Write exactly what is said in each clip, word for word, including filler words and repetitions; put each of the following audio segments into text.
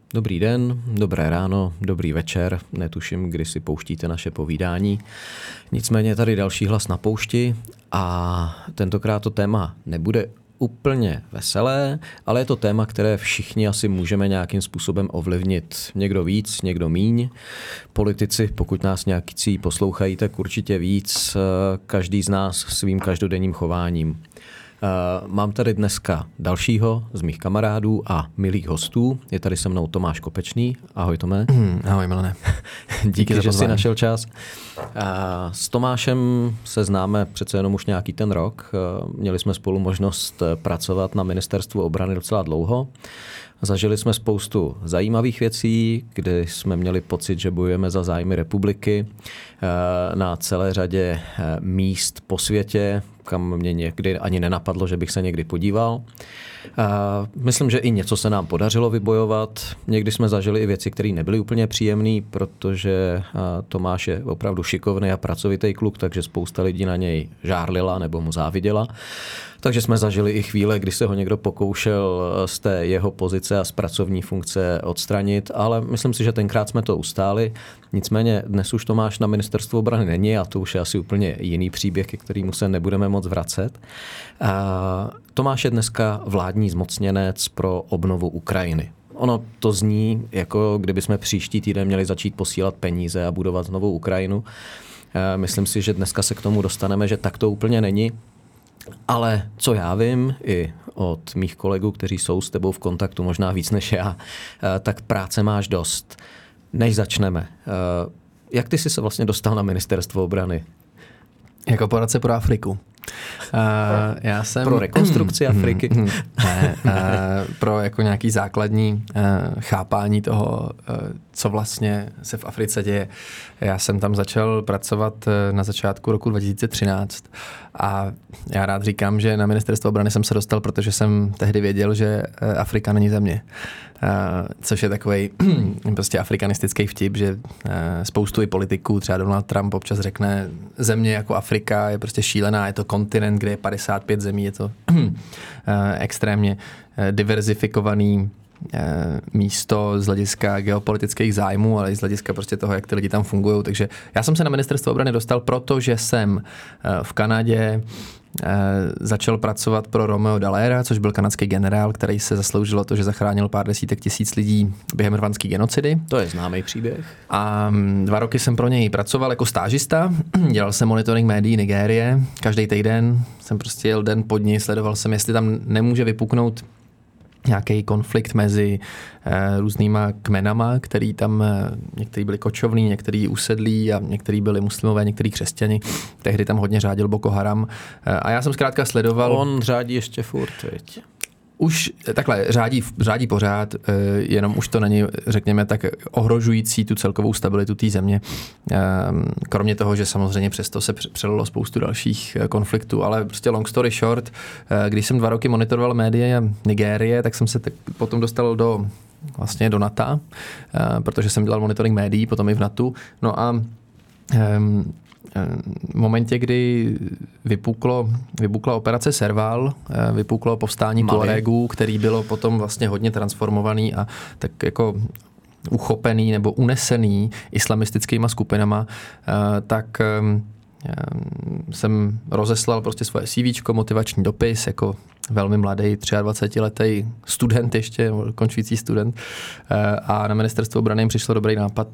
Dobrý den, dobré ráno, dobrý večer, netuším, kdy si pouštíte naše povídání. Nicméně tady další hlas na poušti a tentokrát to téma nebude úplně veselé, ale je to téma, které všichni asi můžeme nějakým způsobem ovlivnit. Někdo víc, někdo míň. Politici, pokud nás nějaký poslouchají, tak určitě víc, každý z nás svým každodenním chováním. Mám tady dneska dalšího z mých kamarádů a milých hostů. Je tady se mnou Tomáš Kopečný. Ahoj, Tome. Hmm, ahoj, Milane. Díky, Díky že jsi našel čas. S Tomášem se známe přece jenom už nějaký ten rok. Měli jsme spolu možnost pracovat na Ministerstvu obrany docela dlouho. Zažili jsme spoustu zajímavých věcí, kdy jsme měli pocit, že bojujeme za zájmy republiky na celé řadě míst po světě, kam mě někdy ani nenapadlo, že bych se někdy podíval. Myslím, že i něco se nám podařilo vybojovat. Někdy jsme zažili i věci, které nebyly úplně příjemné, protože Tomáš je opravdu šikovný a pracovitý kluk, takže spousta lidí na něj žárlila nebo mu záviděla. Takže jsme zažili i chvíle, kdy se ho někdo pokoušel z té jeho pozice a z pracovní funkce odstranit, ale myslím si, že tenkrát jsme to ustáli. Nicméně dnes už Tomáš na Ministerstvu obrany není a to už je asi úplně jiný příběh, ke kterému se nebudeme moc vracet. A Tomáš je dneska vládní zmocněnec pro obnovu Ukrajiny. Ono to zní, jako kdybychom příští týden měli začít posílat peníze a budovat novou Ukrajinu. Myslím si, že dneska se k tomu dostaneme, že tak to úplně není. Ale co já vím i od mých kolegů, kteří jsou s tebou v kontaktu možná víc než já, tak práce máš dost. Než začneme, jak ty jsi se vlastně dostal na Ministerstvo obrany? Jako poradce pro Afriku. Uh, já jsem... Pro rekonstrukci Afriky? ne, uh, pro jako nějaký základní uh, chápání toho, uh, co vlastně se v Africe děje. Já jsem tam začal pracovat na začátku roku dva tisíce třináct a já rád říkám, že na Ministerstvo obrany jsem se dostal, protože jsem tehdy věděl, že Afrika není země. Uh, což je takovej prostě afrikanistický vtip, že uh, spoustu i politiků, třeba Donald Trump občas řekne, země jako Afrika je prostě šílená, je to kontinent, kde je padesát pět zemí, je to uh, extrémně uh, diverzifikovaný místo z hlediska geopolitických zájmů, ale i z hlediska prostě toho, jak ty lidi tam fungují. Takže já jsem se na Ministerstvo obrany dostal, protože jsem v Kanadě začal pracovat pro Romeo Dallaira, což byl kanadský generál, který se zasloužil o to, že zachránil pár desítek tisíc lidí během rwandské genocidy. To je známý příběh. A dva roky jsem pro něj pracoval jako stážista. Dělal jsem monitoring médií Nigérie. Každý týden jsem prostě jel den pod ní, sledoval jsem, jestli tam nemůže vypuknout nějaký konflikt mezi eh, různýma kmenama, který tam, eh, některý byli kočovní, některý usedlí a některý byli muslimové, některý křesťani. Tehdy tam hodně řádil Boko Haram. Eh, a já jsem zkrátka sledoval... On řádí ještě furt, veď. Už takhle řádí, řádí pořád, jenom už to není, řekněme, tak ohrožující tu celkovou stabilitu té země. Kromě toho, že samozřejmě přesto se přelilo spoustu dalších konfliktů, ale prostě long story short, když jsem dva roky monitoroval média Nigérie, tak jsem se tak potom dostal do vlastně do NATO, protože jsem dělal monitoring médií, potom i v NATO. No a v momentě, kdy vypuklo, vypukla operace Serval, vypuklo povstání Tuaregů, který bylo potom vlastně hodně transformovaný a tak jako uchopený nebo unesený islamistickými skupinama, tak jsem rozeslal prostě svoje CVčko, motivační dopis, jako velmi mladý, dvacetiletý student ještě, končující student, a na Ministerstvo obrany jim přišlo dobrý nápad,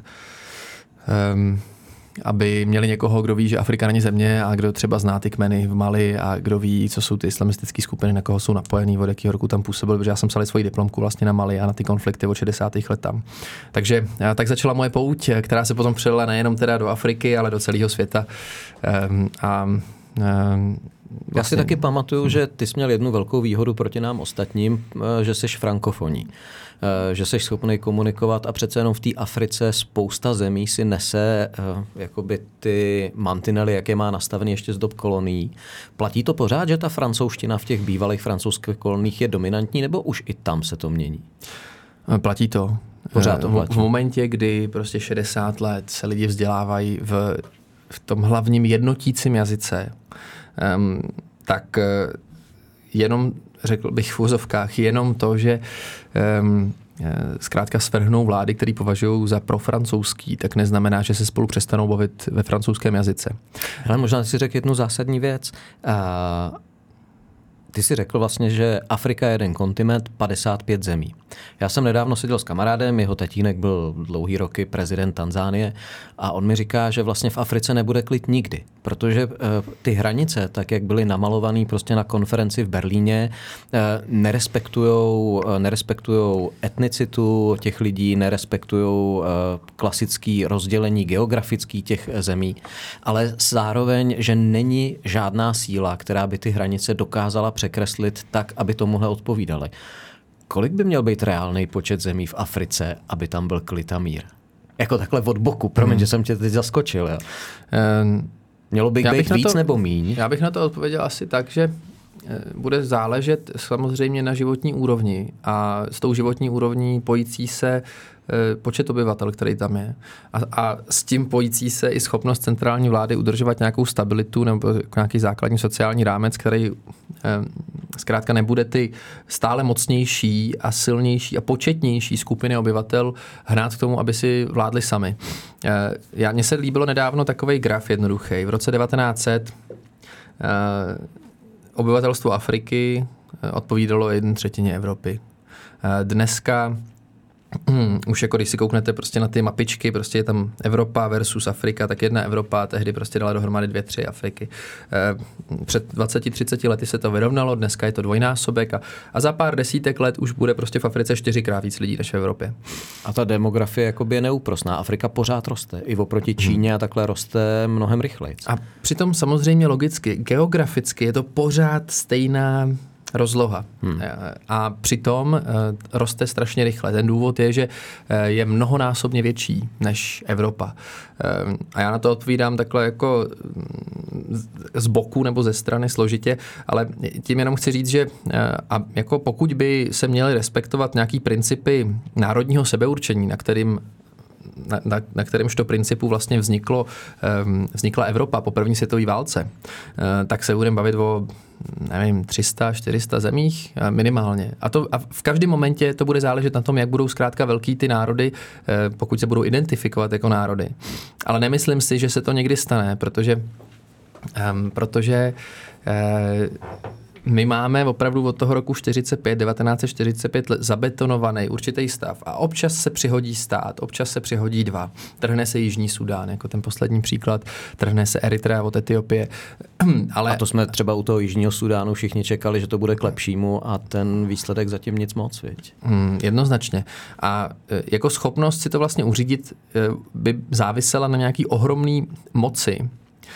aby měli někoho, kdo ví, že Afrika není země a kdo třeba zná ty kmeny v Mali a kdo ví, co jsou ty islamistické skupiny, na koho jsou napojený, od jakého roku tam působil, protože já jsem psal svoji diplomku vlastně na Mali a na ty konflikty od šedesátých let tam. Takže tak začala moje pouť, která se potom přelila nejenom teda do Afriky, ale do celého světa. Um, a um, Vlastně. Já si taky pamatuju, že ty jsi měl jednu velkou výhodu proti nám ostatním, že jsi frankofoní, že jsi schopný komunikovat a přece jenom v té Africe spousta zemí si nese jakoby ty mantinely, jak je má nastavený ještě z dob kolonií. Platí to pořád, že ta francouzština v těch bývalých francouzských koloniích je dominantní, nebo už i tam se to mění? Platí to. Pořád to platí. V momentě, kdy prostě šedesát let se lidi vzdělávají v, v tom hlavním jednotícím jazyce, um, tak uh, jenom, řekl bych v úzovkách, jenom to, že um, zkrátka svrhnou vlády, které považují za profrancouzský, tak neznamená, že se spolu přestanou bavit ve francouzském jazyce. Ale možná si řekl jednu zásadní věc. Uh... Ty jsi řekl vlastně, že Afrika je jeden kontinent, padesát pět zemí. Já jsem nedávno seděl s kamarádem, jeho tatínek byl dlouhý roky prezident Tanzánie a on mi říká, že vlastně v Africe nebude klid nikdy, protože ty hranice, tak jak byly namalované prostě na konferenci v Berlíně, nerespektujou, nerespektujou etnicitu těch lidí, nerespektujou klasický rozdělení geografický těch zemí, ale zároveň, že není žádná síla, která by ty hranice dokázala překreslit tak, aby tomuhle odpovídali. Kolik by měl být reálný počet zemí v Africe, aby tam byl klid a mír? Jako takhle od boku. Promiň, hmm. že jsem tě teď zaskočil. Jo. Um, Mělo by být víc to, nebo míň? Já bych na to odpověděl asi tak, že bude záležet samozřejmě na životní úrovni a s tou životní úrovní pojící se počet obyvatel, který tam je. A, a s tím pojící se i schopnost centrální vlády udržovat nějakou stabilitu nebo nějaký základní sociální rámec, který eh, zkrátka nebude ty stále mocnější a silnější a početnější skupiny obyvatel hnát k tomu, aby si vládli sami. Eh, já, mně se líbilo nedávno takovej graf jednoduchý. V roce devatenáct set eh, obyvatelstvo Afriky odpovídalo jedné třetině Evropy. Eh, dneska Hmm, už jako když si kouknete prostě na ty mapičky, prostě je tam Evropa versus Afrika, tak jedna Evropa tehdy prostě dala dohromady dvě, tři Afriky. E, před dvaceti třiceti lety se to vyrovnalo, dneska je to dvojnásobek a, a za pár desítek let už bude prostě v Africe čtyřikrát víc lidí než v Evropě. A ta demografie jakoby je neúprosná. Afrika pořád roste. I oproti Číně hmm. a takhle roste mnohem rychleji. A přitom samozřejmě logicky, geograficky je to pořád stejná rozloha. Hmm. A přitom roste strašně rychle. Ten důvod je, že je mnohonásobně větší než Evropa. A já na to odpovídám takhle jako z boku nebo ze strany složitě, ale tím jenom chci říct, že a jako pokud by se měly respektovat nějaký principy národního sebeurčení, na kterým Na, na, na kterémžto principu vlastně vzniklo, um, vznikla Evropa po první světové válce, uh, tak se budeme bavit o, nevím, tři sta, čtyři sta zemích uh, minimálně. A, to, a v každém momentě to bude záležet na tom, jak budou zkrátka velký ty národy, uh, pokud se budou identifikovat jako národy. Ale nemyslím si, že se to někdy stane, protože, um, protože uh, my máme opravdu od toho roku čtyřicet pět, devatenáct set čtyřicet pět zabetonovaný určitý stav a občas se přihodí stát, občas se přihodí dva. Trhne se Jižní Sudán, jako ten poslední příklad, trhne se Eritrea od Etiopie. Ale... A to jsme třeba u toho Jižního Sudánu všichni čekali, že to bude k lepšímu a ten výsledek zatím nic moc, viď? Hmm, jednoznačně. A jako schopnost si to vlastně uřídit by závisela na nějaký ohromný moci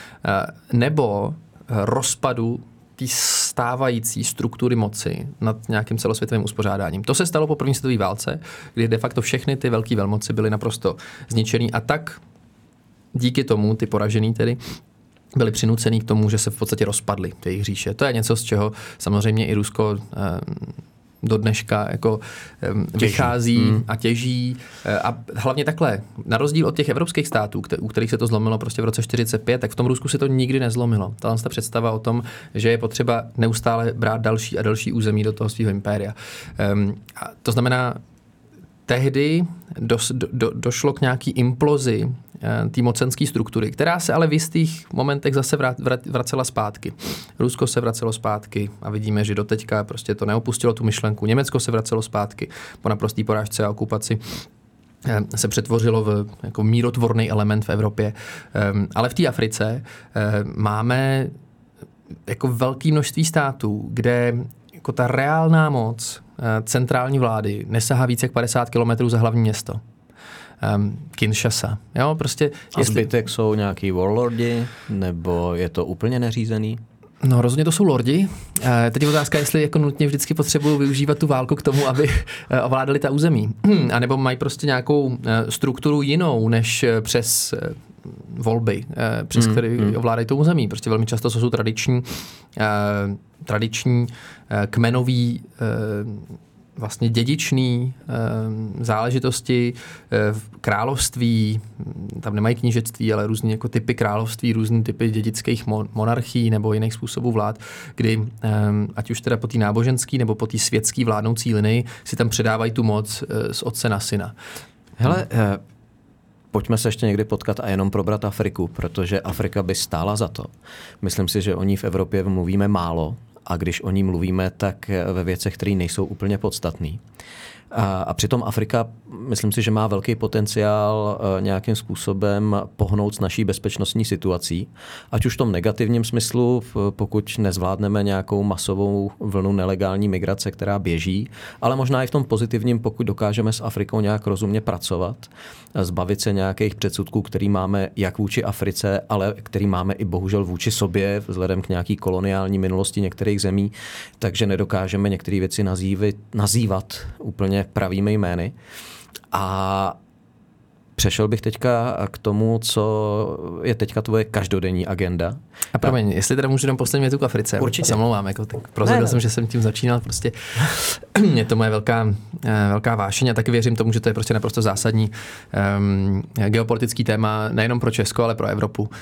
nebo rozpadu té stávající struktury moci nad nějakým celosvětovým uspořádáním. To se stalo po první světové válce, kdy de facto všechny ty velké velmoci byly naprosto zničený a tak díky tomu ty poražený tedy byli přinucený k tomu, že se v podstatě rozpadly ty jejich říše. To je něco, z čeho samozřejmě i Rusko do dneška jako vychází mm. a těží. A hlavně takhle, na rozdíl od těch evropských států, u kterých se to zlomilo prostě v roce čtyřicet pět, tak v tom Rusku se to nikdy nezlomilo. Tahle ta představa o tom, že je potřeba neustále brát další a další území do toho svého impéria. Um, a to znamená, tehdy do, do, došlo k nějaký implozi té mocenské struktury, která se ale v jistých momentech zase vrat, vrat, vracela zpátky. Rusko se vracelo zpátky a vidíme, že doteďka prostě to neopustilo tu myšlenku. Německo se vracelo zpátky po naprostý porážce a okupaci se přetvořilo v jako mírotvorný element v Evropě. Ale v té Africe máme jako velké množství států, kde jako ta reálná moc centrální vlády nesahá více jak padesát kilometrů za hlavní město. Um, Kinshasa. Jo, prostě a jestli... zbytek jsou nějaký warlordi, nebo je to úplně neřízený? No rozhodně to jsou lordi. E, teď je otázka, jestli jako nutně vždycky potřebují využívat tu válku k tomu, aby e, ovládali ta území. A nebo mají prostě nějakou e, strukturu jinou, než e, přes e, volby, e, přes hmm, které hmm. ovládají to území. Prostě velmi často to jsou tradiční, e, tradiční e, kmenový e, vlastně dědičný e, záležitosti, e, království, tam nemají knížectví, ale různý jako typy království, různý typy dědických mon- monarchií nebo jiných způsobů vlád, kdy e, ať už teda po té náboženský nebo po té světské vládnoucí linii si tam předávají tu moc e, z otce na syna. Hele, e, pojďme se ještě někdy potkat a jenom probrat Afriku, protože Afrika by stála za to. Myslím si, že o ní v Evropě mluvíme málo, a když o ní mluvíme, tak ve věcech, které nejsou úplně podstatné. A, a přitom Afrika, myslím si, že má velký potenciál nějakým způsobem pohnout s naší bezpečnostní situací. Ať už v tom negativním smyslu, pokud nezvládneme nějakou masovou vlnu nelegální migrace, která běží, ale možná i v tom pozitivním, pokud dokážeme s Afrikou nějak rozumně pracovat, zbavit se nějakých předsudků, který máme jak vůči Africe, ale který máme i bohužel vůči sobě, vzhledem k nějaký koloniální minulosti některých zemí, takže nedokážeme některé věci nazývat, nazývat úplně pravými jmény. A přešel bych teďka k tomu, co je teďka tvoje každodenní agenda. A promiň, jestli teda můžu jenom poslední větu k Africe. Určitě. Zamlouvám, jako tak prozradil jsem, že jsem tím začínal. Prostě je to moje velká, velká vášeň a taky věřím tomu, že to je prostě naprosto zásadní um, geopolitický téma nejenom pro Česko, ale pro Evropu. Uh,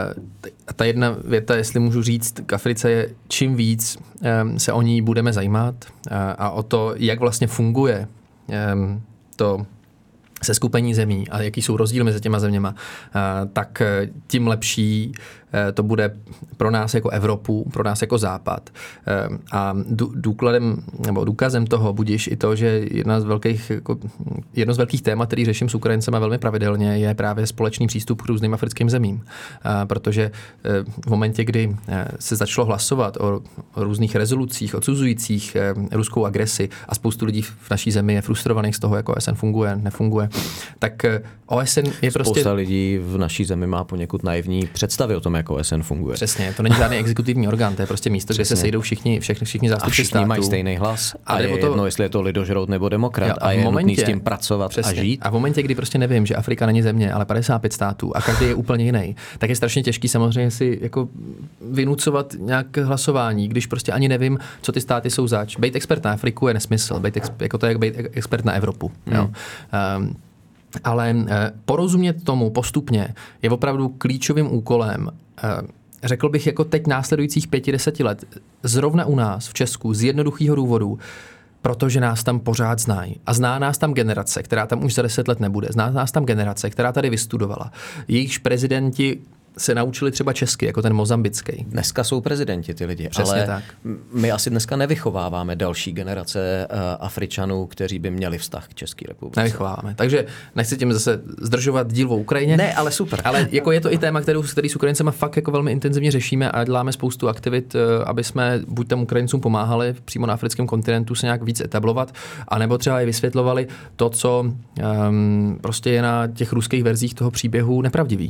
ta jedna věta, jestli můžu říct k Africe, je čím víc um, se o ní budeme zajímat uh, a o to, jak vlastně funguje um, to seskupení zemí a jaký jsou rozdíly mezi těma zeměma, tak tím lepší to bude pro nás jako Evropu, pro nás jako Západ. A důkladem nebo důkazem toho budíš i to, že jedna z velkých, jako, jedno z velkých témat, který řeším s Ukrajincema velmi pravidelně, je právě společný přístup k různým africkým zemím. Protože v momentě, kdy se začalo hlasovat o různých rezolucích odsuzujících ruskou agresi a spoustu lidí v naší zemi je frustrovaných z toho, jak O S N funguje, nefunguje, tak O S N je prostě... Spousta lidí v naší zemi má poněkud naivní představy o tom, jak O S N funguje. Přesně, to není žádný exekutivní orgán, to je prostě místo, Přesně. kde se sejdou všichni, všichni, všichni zástupci států. A všichni států. mají stejný hlas. A, a je to jedno, jestli je to lidožrout nebo demokrat. Jo, a, a je momentě, nutný s tím pracovat přesně. a žít. A v momentě, kdy prostě nevím, že Afrika není země, ale padesát pět států a každý je úplně jiný, tak je strašně těžký samozřejmě si jako vynucovat nějaké hlasování, když prostě ani nevím, co ty státy jsou zač. Bejt expert na Afriku je nesmysl, bejt ex, jako to je jak bejt expert na Evropu. Hmm. Jo. Um, ale eh, porozumět tomu postupně je opravdu klíčovým úkolem. Eh, řekl bych jako teď následujících pěti, deseti let, zrovna u nás v Česku z jednoduchého důvodu, protože nás tam pořád znají. A zná nás tam generace, která tam už za deset let nebude. Zná nás tam generace, která tady vystudovala. Jejichž prezidenti se naučili třeba česky, jako ten mozambický. Dneska jsou prezidenti ty lidi, Přesně ale tak. my asi dneska nevychováváme další generace uh, Afričanů, kteří by měli vztah k České republice. Nevychováváme. Takže nechci tím zase zdržovat díl o Ukrajině. Ne, ale super. Ale jako je to i téma, kterou, který s Ukrajincema fakt jako velmi intenzivně řešíme a děláme spoustu aktivit, aby jsme buď tam Ukrajincům pomáhali přímo na africkém kontinentu se nějak víc etablovat, anebo třeba i vysvětlovali to, co um, prostě je na těch ruských verzích toho příběhu nepravdivý.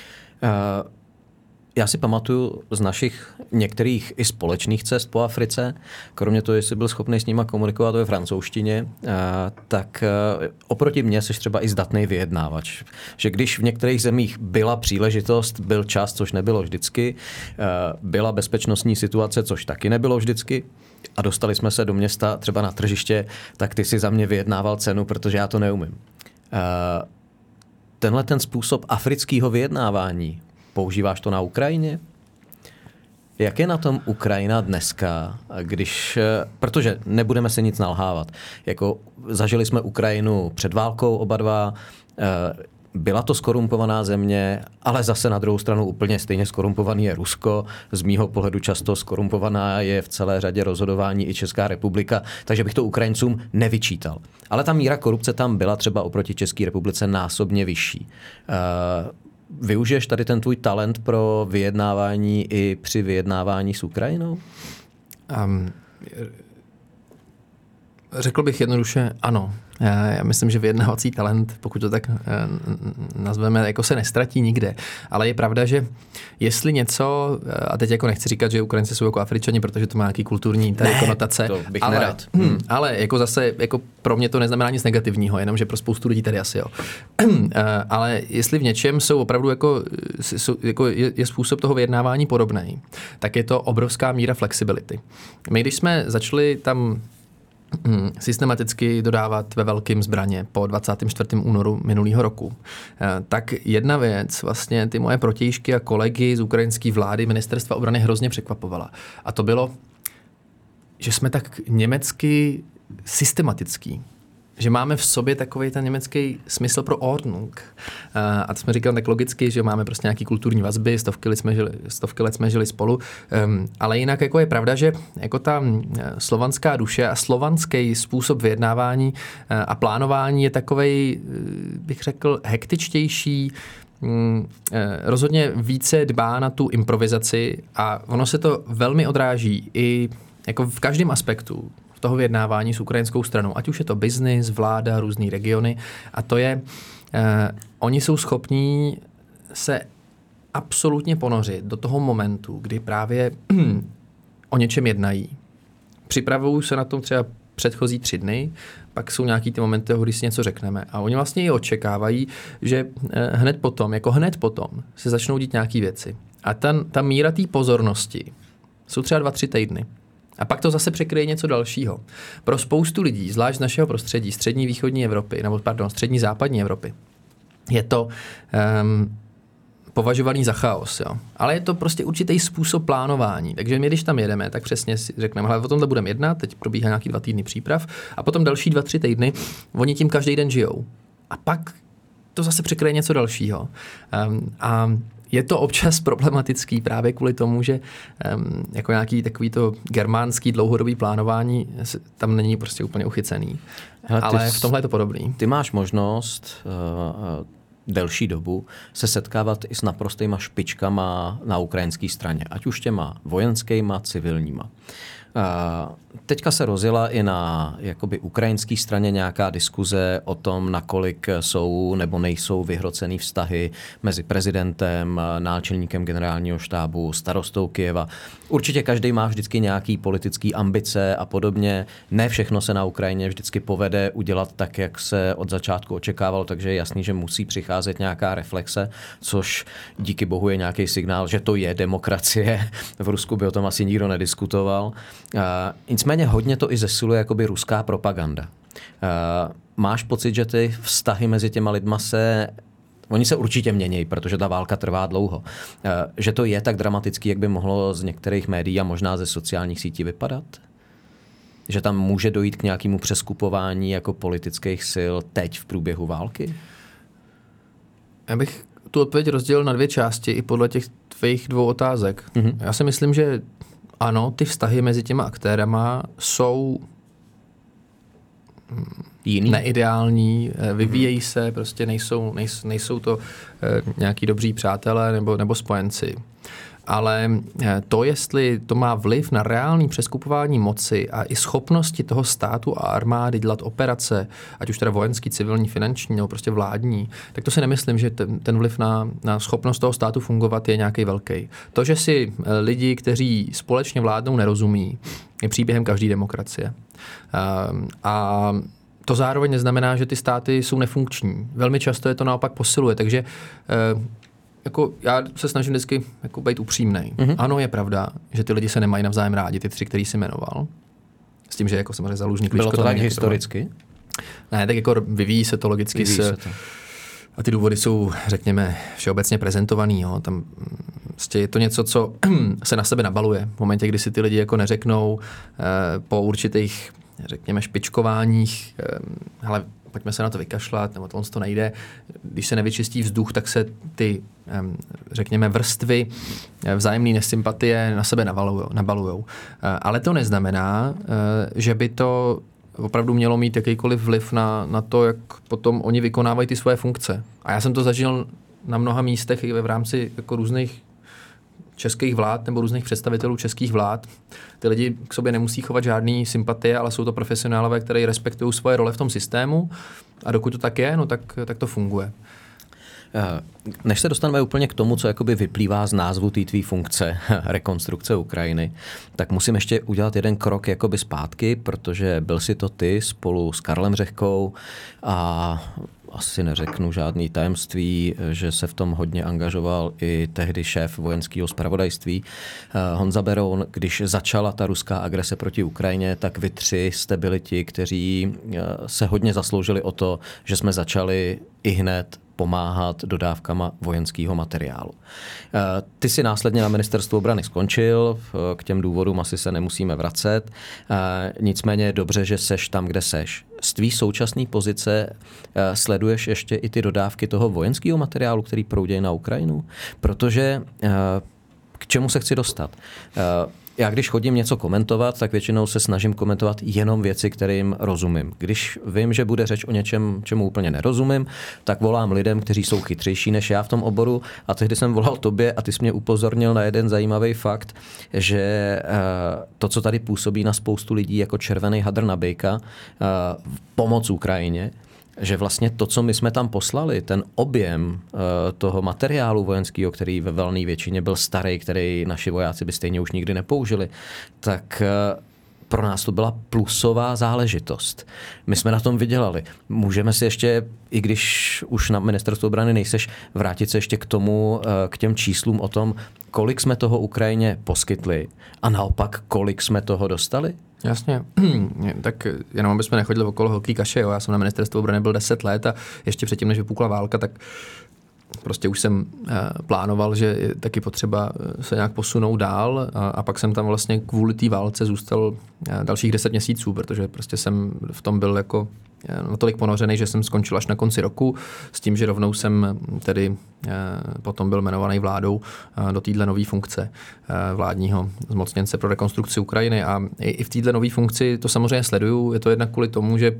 Uh, já si pamatuju z našich některých i společných cest po Africe, kromě toho, jestli byl schopný s nima komunikovat ve francouzštině, uh, tak uh, oproti mně jsi třeba i zdatný vyjednávač. Že když v některých zemích byla příležitost, byl čas, což nebylo vždycky, uh, byla bezpečnostní situace, což taky nebylo vždycky, a dostali jsme se do města třeba na tržiště, tak ty si za mě vyjednával cenu, protože já to neumím. Uh, Tenhle ten způsob afrického vyjednávání, používáš to na Ukrajině? Jak je na tom Ukrajina dneska, když, protože nebudeme se nic nalhávat. Jako zažili jsme Ukrajinu před válkou oba dva, byla to skorumpovaná země, ale zase na druhou stranu úplně stejně skorumpovaný je Rusko. Z mýho pohledu často skorumpovaná je v celé řadě rozhodování i Česká republika, takže bych to Ukrajincům nevyčítal. Ale ta míra korupce tam byla třeba oproti České republice násobně vyšší. Využiješ tady ten tvůj talent pro vyjednávání i při vyjednávání s Ukrajinou? Um, řekl bych jednoduše ano. Já myslím, že vyjednávací talent, pokud to tak nazveme, jako se nestratí nikde. Ale je pravda, že jestli něco, a teď jako nechci říkat, že Ukrajinci jsou jako Afričani, protože to má nějaký kulturní tady ne, konotace. To bych ale, nerad. Hmm. ale jako zase jako pro mě to neznamená nic negativního, jenomže pro spoustu lidí tady asi jo. Ale jestli v něčem jsou opravdu jako, jsou, jako je, je způsob toho vyjednávání podobný, tak je to obrovská míra flexibility. My když jsme začali tam systematicky dodávat ve velkým zbraně po dvacátého čtvrtého únoru minulého roku. Tak jedna věc vlastně ty moje protějšky a kolegy z ukrajinské vlády ministerstva obrany hrozně překvapovala. A to bylo, že jsme tak německy systematický. Že máme v sobě takový ten německý smysl pro Ordnung. A to jsme říkali tak logicky, že máme prostě nějaký kulturní vazby, stovky let jsme žili, stovky let jsme žili spolu. Um, ale jinak jako je pravda, že jako ta slovanská duše a slovanský způsob vyjednávání a plánování je takovej, bych řekl, hektičtější, um, rozhodně více dbá na tu improvizaci a ono se to velmi odráží i jako v každém aspektu toho vyjednávání s ukrajinskou stranou, ať už je to biznis, vláda, různý regiony a to je, eh, oni jsou schopní se absolutně ponořit do toho momentu, kdy právě o něčem jednají. Připravují se na tom třeba předchozí tři dny, pak jsou nějaký ty momenty, kdy si něco řekneme a oni vlastně i očekávají, že eh, hned potom, jako hned potom se začnou dít nějaký věci. A ten, ta míra té pozornosti jsou třeba dva, tři týdny. A pak to zase překryje něco dalšího. Pro spoustu lidí, zvlášť z našeho prostředí, střední východní Evropy, nebo pardon, střední západní Evropy, je to um, považovaný za chaos. Jo. Ale je to prostě určitý způsob plánování. Takže my, když tam jedeme, tak přesně si řekneme, hele, o tomhle budeme jednat, teď probíhá nějaký dva týdny příprav a potom další dva, tři týdny, oni tím každý den žijou. A pak to zase překryje něco dalšího. Um, a je to občas problematický právě kvůli tomu, že um, jako nějaký takový to germánský dlouhodobý plánování tam není prostě úplně uchycený. Hele, ale v tomhle je to podobný. Ty máš možnost uh, delší dobu se setkávat i s naprostýma špičkama na ukrajinské straně, ať už těma vojenskýma, civilníma. Uh, teďka se rozjela i na jakoby ukrajinské straně nějaká diskuze o tom, nakolik jsou nebo nejsou vyhrocený vztahy mezi prezidentem, náčelníkem generálního štábu, starostou Kyjeva. Určitě každý má vždycky nějaký politický ambice a podobně. Ne všechno se na Ukrajině vždycky povede udělat tak, jak se od začátku očekávalo, takže je jasný, že musí přicházet nějaká reflexe, což díky bohu je nějaký signál, že to je demokracie. V Rusku by o tom asi nikdo nediskutoval. Uh, nicméně hodně to i zesiluje jakoby ruská propaganda. Uh, máš pocit, že ty vztahy mezi těma lidma se, oni se určitě mění, protože ta válka trvá dlouho, uh, že to je tak dramatický, jak by mohlo z některých médií a možná ze sociálních sítí vypadat? Že tam může dojít k nějakému přeskupování jako politických sil teď v průběhu války? Já bych tu odpověď rozdělil na dvě části i podle těch tvých dvou otázek. Mm-hmm. Já si myslím, že ano, ty vztahy mezi těma aktérama jsou jiný, neideální, vyvíjejí se, prostě nejsou, nejsou, nejsou to nějaký dobří přátelé nebo, nebo spojenci. Ale to, jestli to má vliv na reálný přeskupování moci a i schopnosti toho státu a armády dělat operace, ať už teda vojenský, civilní, finanční nebo prostě vládní, tak to si nemyslím, že ten, ten vliv na, na schopnost toho státu fungovat je nějaký velký. To, že si lidi, kteří společně vládnou, nerozumí, je příběhem každé demokracie. A to zároveň neznamená, že ty státy jsou nefunkční. Velmi často je to naopak posiluje, takže jako já se snažím vždycky jako být upřímnej. Mm-hmm. Ano, je pravda, že ty lidi se nemají navzájem rádi, ty tři, který jsi jmenoval. S tím, že jako samozřejmě Zalužný, Kličko. Bylo to tak historicky? Ne, tak jako vyvíjí se to logicky. Vyvíjí s, se to. A ty důvody jsou, řekněme, všeobecně prezentovaný. Jo. Tam prostě je to něco, co se na sebe nabaluje. V momentě, kdy si ty lidi jako neřeknou eh, po určitých, řekněme, špičkováních, eh, hele, pojďme se na to vykašlat, nebo to on to nejde. Když se nevyčistí vzduch, tak se ty, řekněme, vrstvy vzájemné nesympatie na sebe nabalujou. Ale to neznamená, že by to opravdu mělo mít jakýkoliv vliv na, na to, jak potom oni vykonávají ty svoje funkce. A já jsem to zažil na mnoha místech i v rámci jako různých českých vlád nebo různých představitelů českých vlád. Ty lidi k sobě nemusí chovat žádný sympatie, ale jsou to profesionálové, kteří respektují svoje role v tom systému a dokud to tak je, no tak, tak to funguje. Než se dostaneme úplně k tomu, co jakoby vyplývá z názvu té tvý funkce, rekonstrukce Ukrajiny, tak musím ještě udělat jeden krok jakoby zpátky, protože byl si to ty spolu s Karlem Řehkou a asi neřeknu žádný tajemství, že se v tom hodně angažoval i tehdy šéf vojenského zpravodajství Honza Beroun. Když začala ta ruská agrese proti Ukrajině, tak vy tři jste byli ti, kteří se hodně zasloužili o to, že jsme začali i hned pomáhat dodávkama vojenského materiálu. Ty si následně na ministerstvu obrany skončil, k těm důvodům asi se nemusíme vracet, nicméně je dobře, že seš tam, kde seš. Z tvý současné pozice sleduješ ještě i ty dodávky toho vojenského materiálu, který proudí na Ukrajinu? Protože k čemu se chci dostat? Já když chodím něco komentovat, tak většinou se snažím komentovat jenom věci, kterým rozumím. Když vím, že bude řeč o něčem, čemu úplně nerozumím, tak volám lidem, kteří jsou chytřejší než já v tom oboru, a tehdy jsem volal tobě a ty jsi mě upozornil na jeden zajímavý fakt, že to, co tady působí na spoustu lidí jako červený hadr na bejka, pomoc Ukrajině, že vlastně to, co my jsme tam poslali, ten objem uh, toho materiálu vojenského, který ve valné většině byl starý, který naši vojáci by stejně už nikdy nepoužili, tak uh, pro nás to byla plusová záležitost. My jsme na tom vydělali. Můžeme si ještě, i když už na ministerstvu obrany nejseš, vrátit se ještě k tomu, uh, k těm číslům o tom, kolik jsme toho Ukrajině poskytli a naopak, kolik jsme toho dostali? Jasně, tak jenom aby jsme nechodili okolo horký kaše, jo. Já jsem na ministerstvu obrany byl deset let a ještě předtím, než vypukla válka, tak prostě už jsem plánoval, že je taky potřeba se nějak posunout dál a, a pak jsem tam vlastně kvůli té válce zůstal dalších deset měsíců, protože prostě jsem v tom byl jako natolik ponořený, že jsem skončil až na konci roku s tím, že rovnou jsem tedy potom byl jmenovaný vládou do téhle nové funkce vládního zmocněnce pro rekonstrukci Ukrajiny a i v téhle nové funkci to samozřejmě sleduju. Je to jednak kvůli tomu, že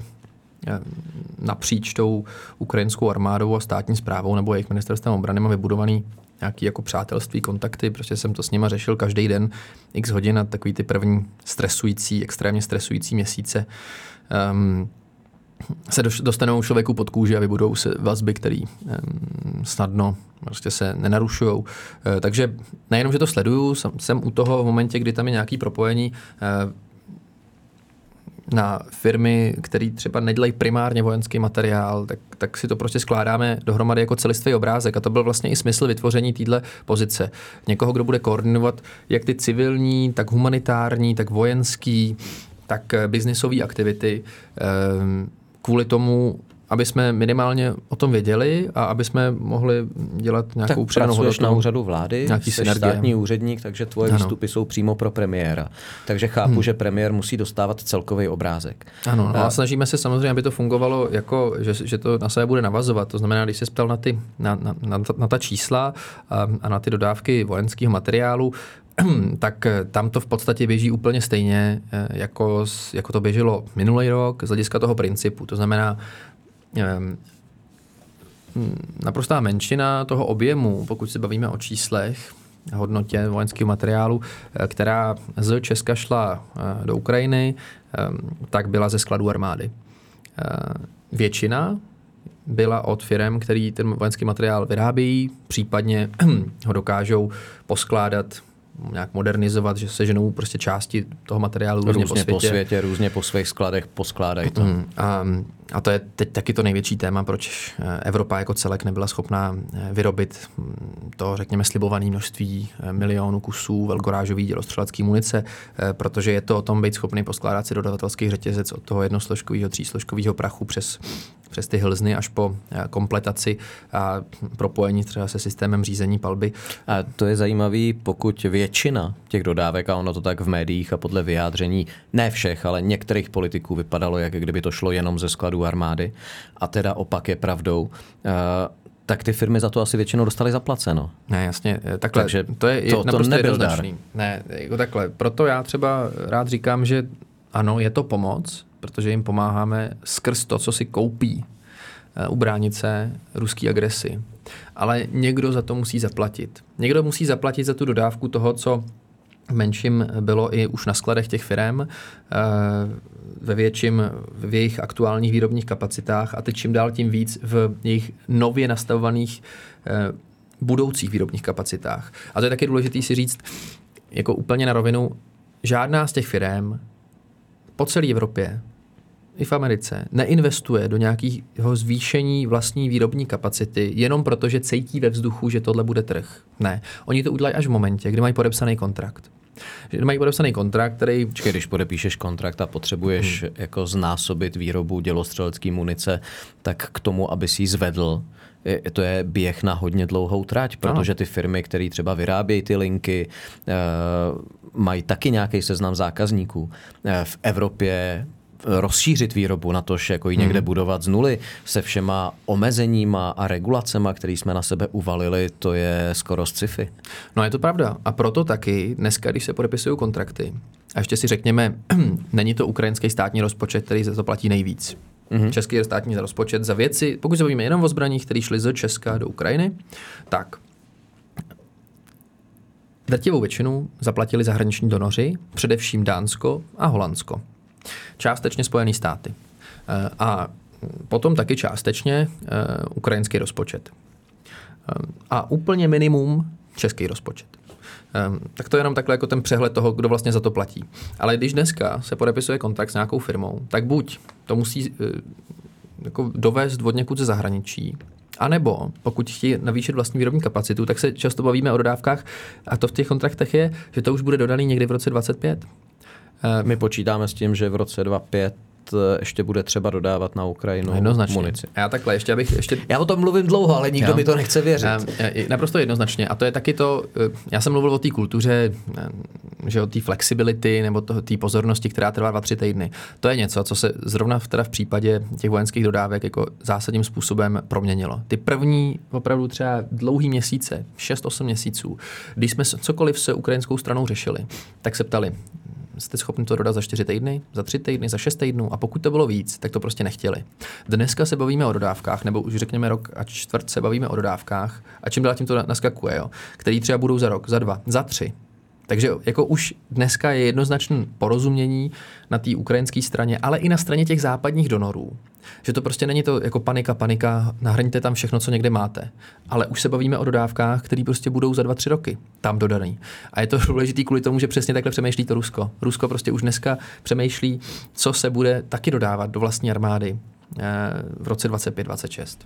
napříč tou ukrajinskou armádou a státní správou nebo jejich ministerstvem obrany má vybudovaný nějaký jako přátelství, kontakty, prostě jsem to s nima řešil každý den x hodin a takový ty první stresující, extrémně stresující měsíce um, se dostanou člověku pod kůži a vybudou se vazby, které um, snadno prostě se nenarušujou. Uh, takže nejenom, že to sleduju, jsem, jsem u toho v momentě, kdy tam je nějaký propojení uh, na firmy, které třeba nedělají primárně vojenský materiál, tak, tak si to prostě skládáme dohromady jako celistvý obrázek. A to byl vlastně i smysl vytvoření téhle pozice. Někoho, kdo bude koordinovat jak ty civilní, tak humanitární, tak vojenský, tak biznisové aktivity. Kvůli tomu, aby jsme minimálně o tom věděli a aby jsme mohli dělat nějakou přidanou hodnotu. Tak pracuješ na úřadu vlády, jsi státní úředník, takže tvoje ano. výstupy jsou přímo pro premiéra. Takže chápu, hmm. že premiér musí dostávat celkový obrázek. Ano, a, a snažíme se samozřejmě, aby to fungovalo, jako, že, že to na sebe bude navazovat. To znamená, když se ptal na, ty, na, na, na, na ta čísla a, a na ty dodávky vojenského materiálu, tak tam to v podstatě běží úplně stejně, jako, jako to běželo minulý rok z hlediska toho principu. To znamená, naprostá menšina toho objemu, pokud se bavíme o číslech, hodnotě vojenského materiálu, která z Česka šla do Ukrajiny, tak byla ze skladů armády. Většina byla od firem, který ten vojenský materiál vyrábějí, případně ho dokážou poskládat, nějak modernizovat, že se ženou prostě části toho materiálu různě, různě po světě. po světě, různě po svých skladech poskládají to. Mm, a, a to je teď taky to největší téma, proč Evropa jako celek nebyla schopná vyrobit to, řekněme, slibované množství milionů kusů velkorážový dělostřelecké munice, protože je to o tom být schopný poskládat si dodavatelský řetězec od toho jednosložkového, třísložkového prachu přes přes ty hlzny až po kompletaci a propojení třeba se systémem řízení palby. A to je zajímavý, pokud většina těch dodávek, a ono to tak v médiích a podle vyjádření, ne všech, ale některých politiků vypadalo, jak kdyby to šlo jenom ze skladů armády, a teda opak je pravdou, tak ty firmy za to asi většinou dostaly zaplaceno. Ne, jasně, takhle, takže to je to, to nebyl dar. Ne, jako takhle, proto já třeba rád říkám, že ano, je to pomoc, protože jim pomáháme skrz to, co si koupí, ubránit se ruský agresi. Ale někdo za to musí zaplatit. Někdo musí zaplatit za tu dodávku toho, co v menším bylo i už na skladech těch firem, ve větším v jejich aktuálních výrobních kapacitách a teď čím dál tím víc v jejich nově nastavovaných budoucích výrobních kapacitách. A to je taky důležité si říct, jako úplně na rovinu, žádná z těch firem po celé Evropě i v Americe neinvestuje do nějakého zvýšení vlastní výrobní kapacity jenom proto, že cítí ve vzduchu, že tohle bude trh. Ne. Oni to udělají až v momentě, kdy mají podepsaný kontrakt. Že mají podepsaný kontrakt, který... Čekaj, když podepíšeš kontrakt a potřebuješ hmm. jako znásobit výrobu dělostřelecké munice, tak k tomu, aby si ji zvedl, je, to je běh na hodně dlouhou trať, protože ty firmy, které třeba vyrábějí ty linky, e, mají taky nějaký seznam zákazníků. E, v Evropě rozšířit výrobu na to, že jako ji někde hmm. budovat z nuly se všema omezeníma a regulacema, které jsme na sebe uvalili, to je skoro sci-fi. No je to pravda. A proto taky dneska, když se podepisují kontrakty, a ještě si řekněme, není to ukrajinský státní rozpočet, který se zaplatí nejvíc. Mm-hmm. Český státní rozpočet za věci, pokud se bavíme jenom o zbraních, které šly z Česka do Ukrajiny, tak drtivou většinu zaplatili zahraniční donoři, především Dánsko a Holandsko. Částečně Spojené státy. A potom taky částečně ukrajinský rozpočet. A úplně minimum český rozpočet. Tak to je jenom takhle jako ten přehled toho, kdo vlastně za to platí. Ale když dneska se podepisuje kontrakt s nějakou firmou, tak buď to musí jako dovést od někud ze zahraničí, a nebo pokud chtějí navýšit vlastní výrobní kapacitu, tak se často bavíme o dodávkách a to v těch kontraktech je, že to už bude dodaný někdy v roce dvacet pět. My počítáme s tím, že v roce dvacet pět ještě bude třeba dodávat na Ukrajinu munici. Já takhle, ještě abych... Ještě... Já o tom mluvím dlouho, ale nikdo jo. mi to nechce věřit. Naprosto jednoznačně. A to je taky to... Já jsem mluvil o té kultuře, že o té flexibility nebo té pozornosti, která trvá dva, tři týdny. To je něco, co se zrovna v, teda v případě těch vojenských dodávek jako zásadním způsobem proměnilo. Ty první opravdu třeba dlouhý měsíce, šest osm měsíců, když jsme cokoliv se ukrajinskou stranou řešili, tak se ptali, jste schopni to dodat za čtyři týdny, za tři týdny, za šest týdnů a pokud to bylo víc, tak to prostě nechtěli. Dneska se bavíme o dodávkách, nebo už řekněme rok a čtvrt se bavíme o dodávkách a čím dál tím to naskakuje, jo, který třeba budou za rok, za dva, za tři. Takže jako už dneska je jednoznačné porozumění na té ukrajinské straně, ale i na straně těch západních donorů. Že to prostě není to jako panika, panika, nahrňte tam všechno, co někde máte. Ale už se bavíme o dodávkách, které prostě budou za dva, tři roky tam dodaný. A je to důležitý kvůli tomu, že přesně takhle přemýšlí to Rusko. Rusko prostě už dneska přemýšlí, co se bude taky dodávat do vlastní armády v roce dvacet pět dvacet šest.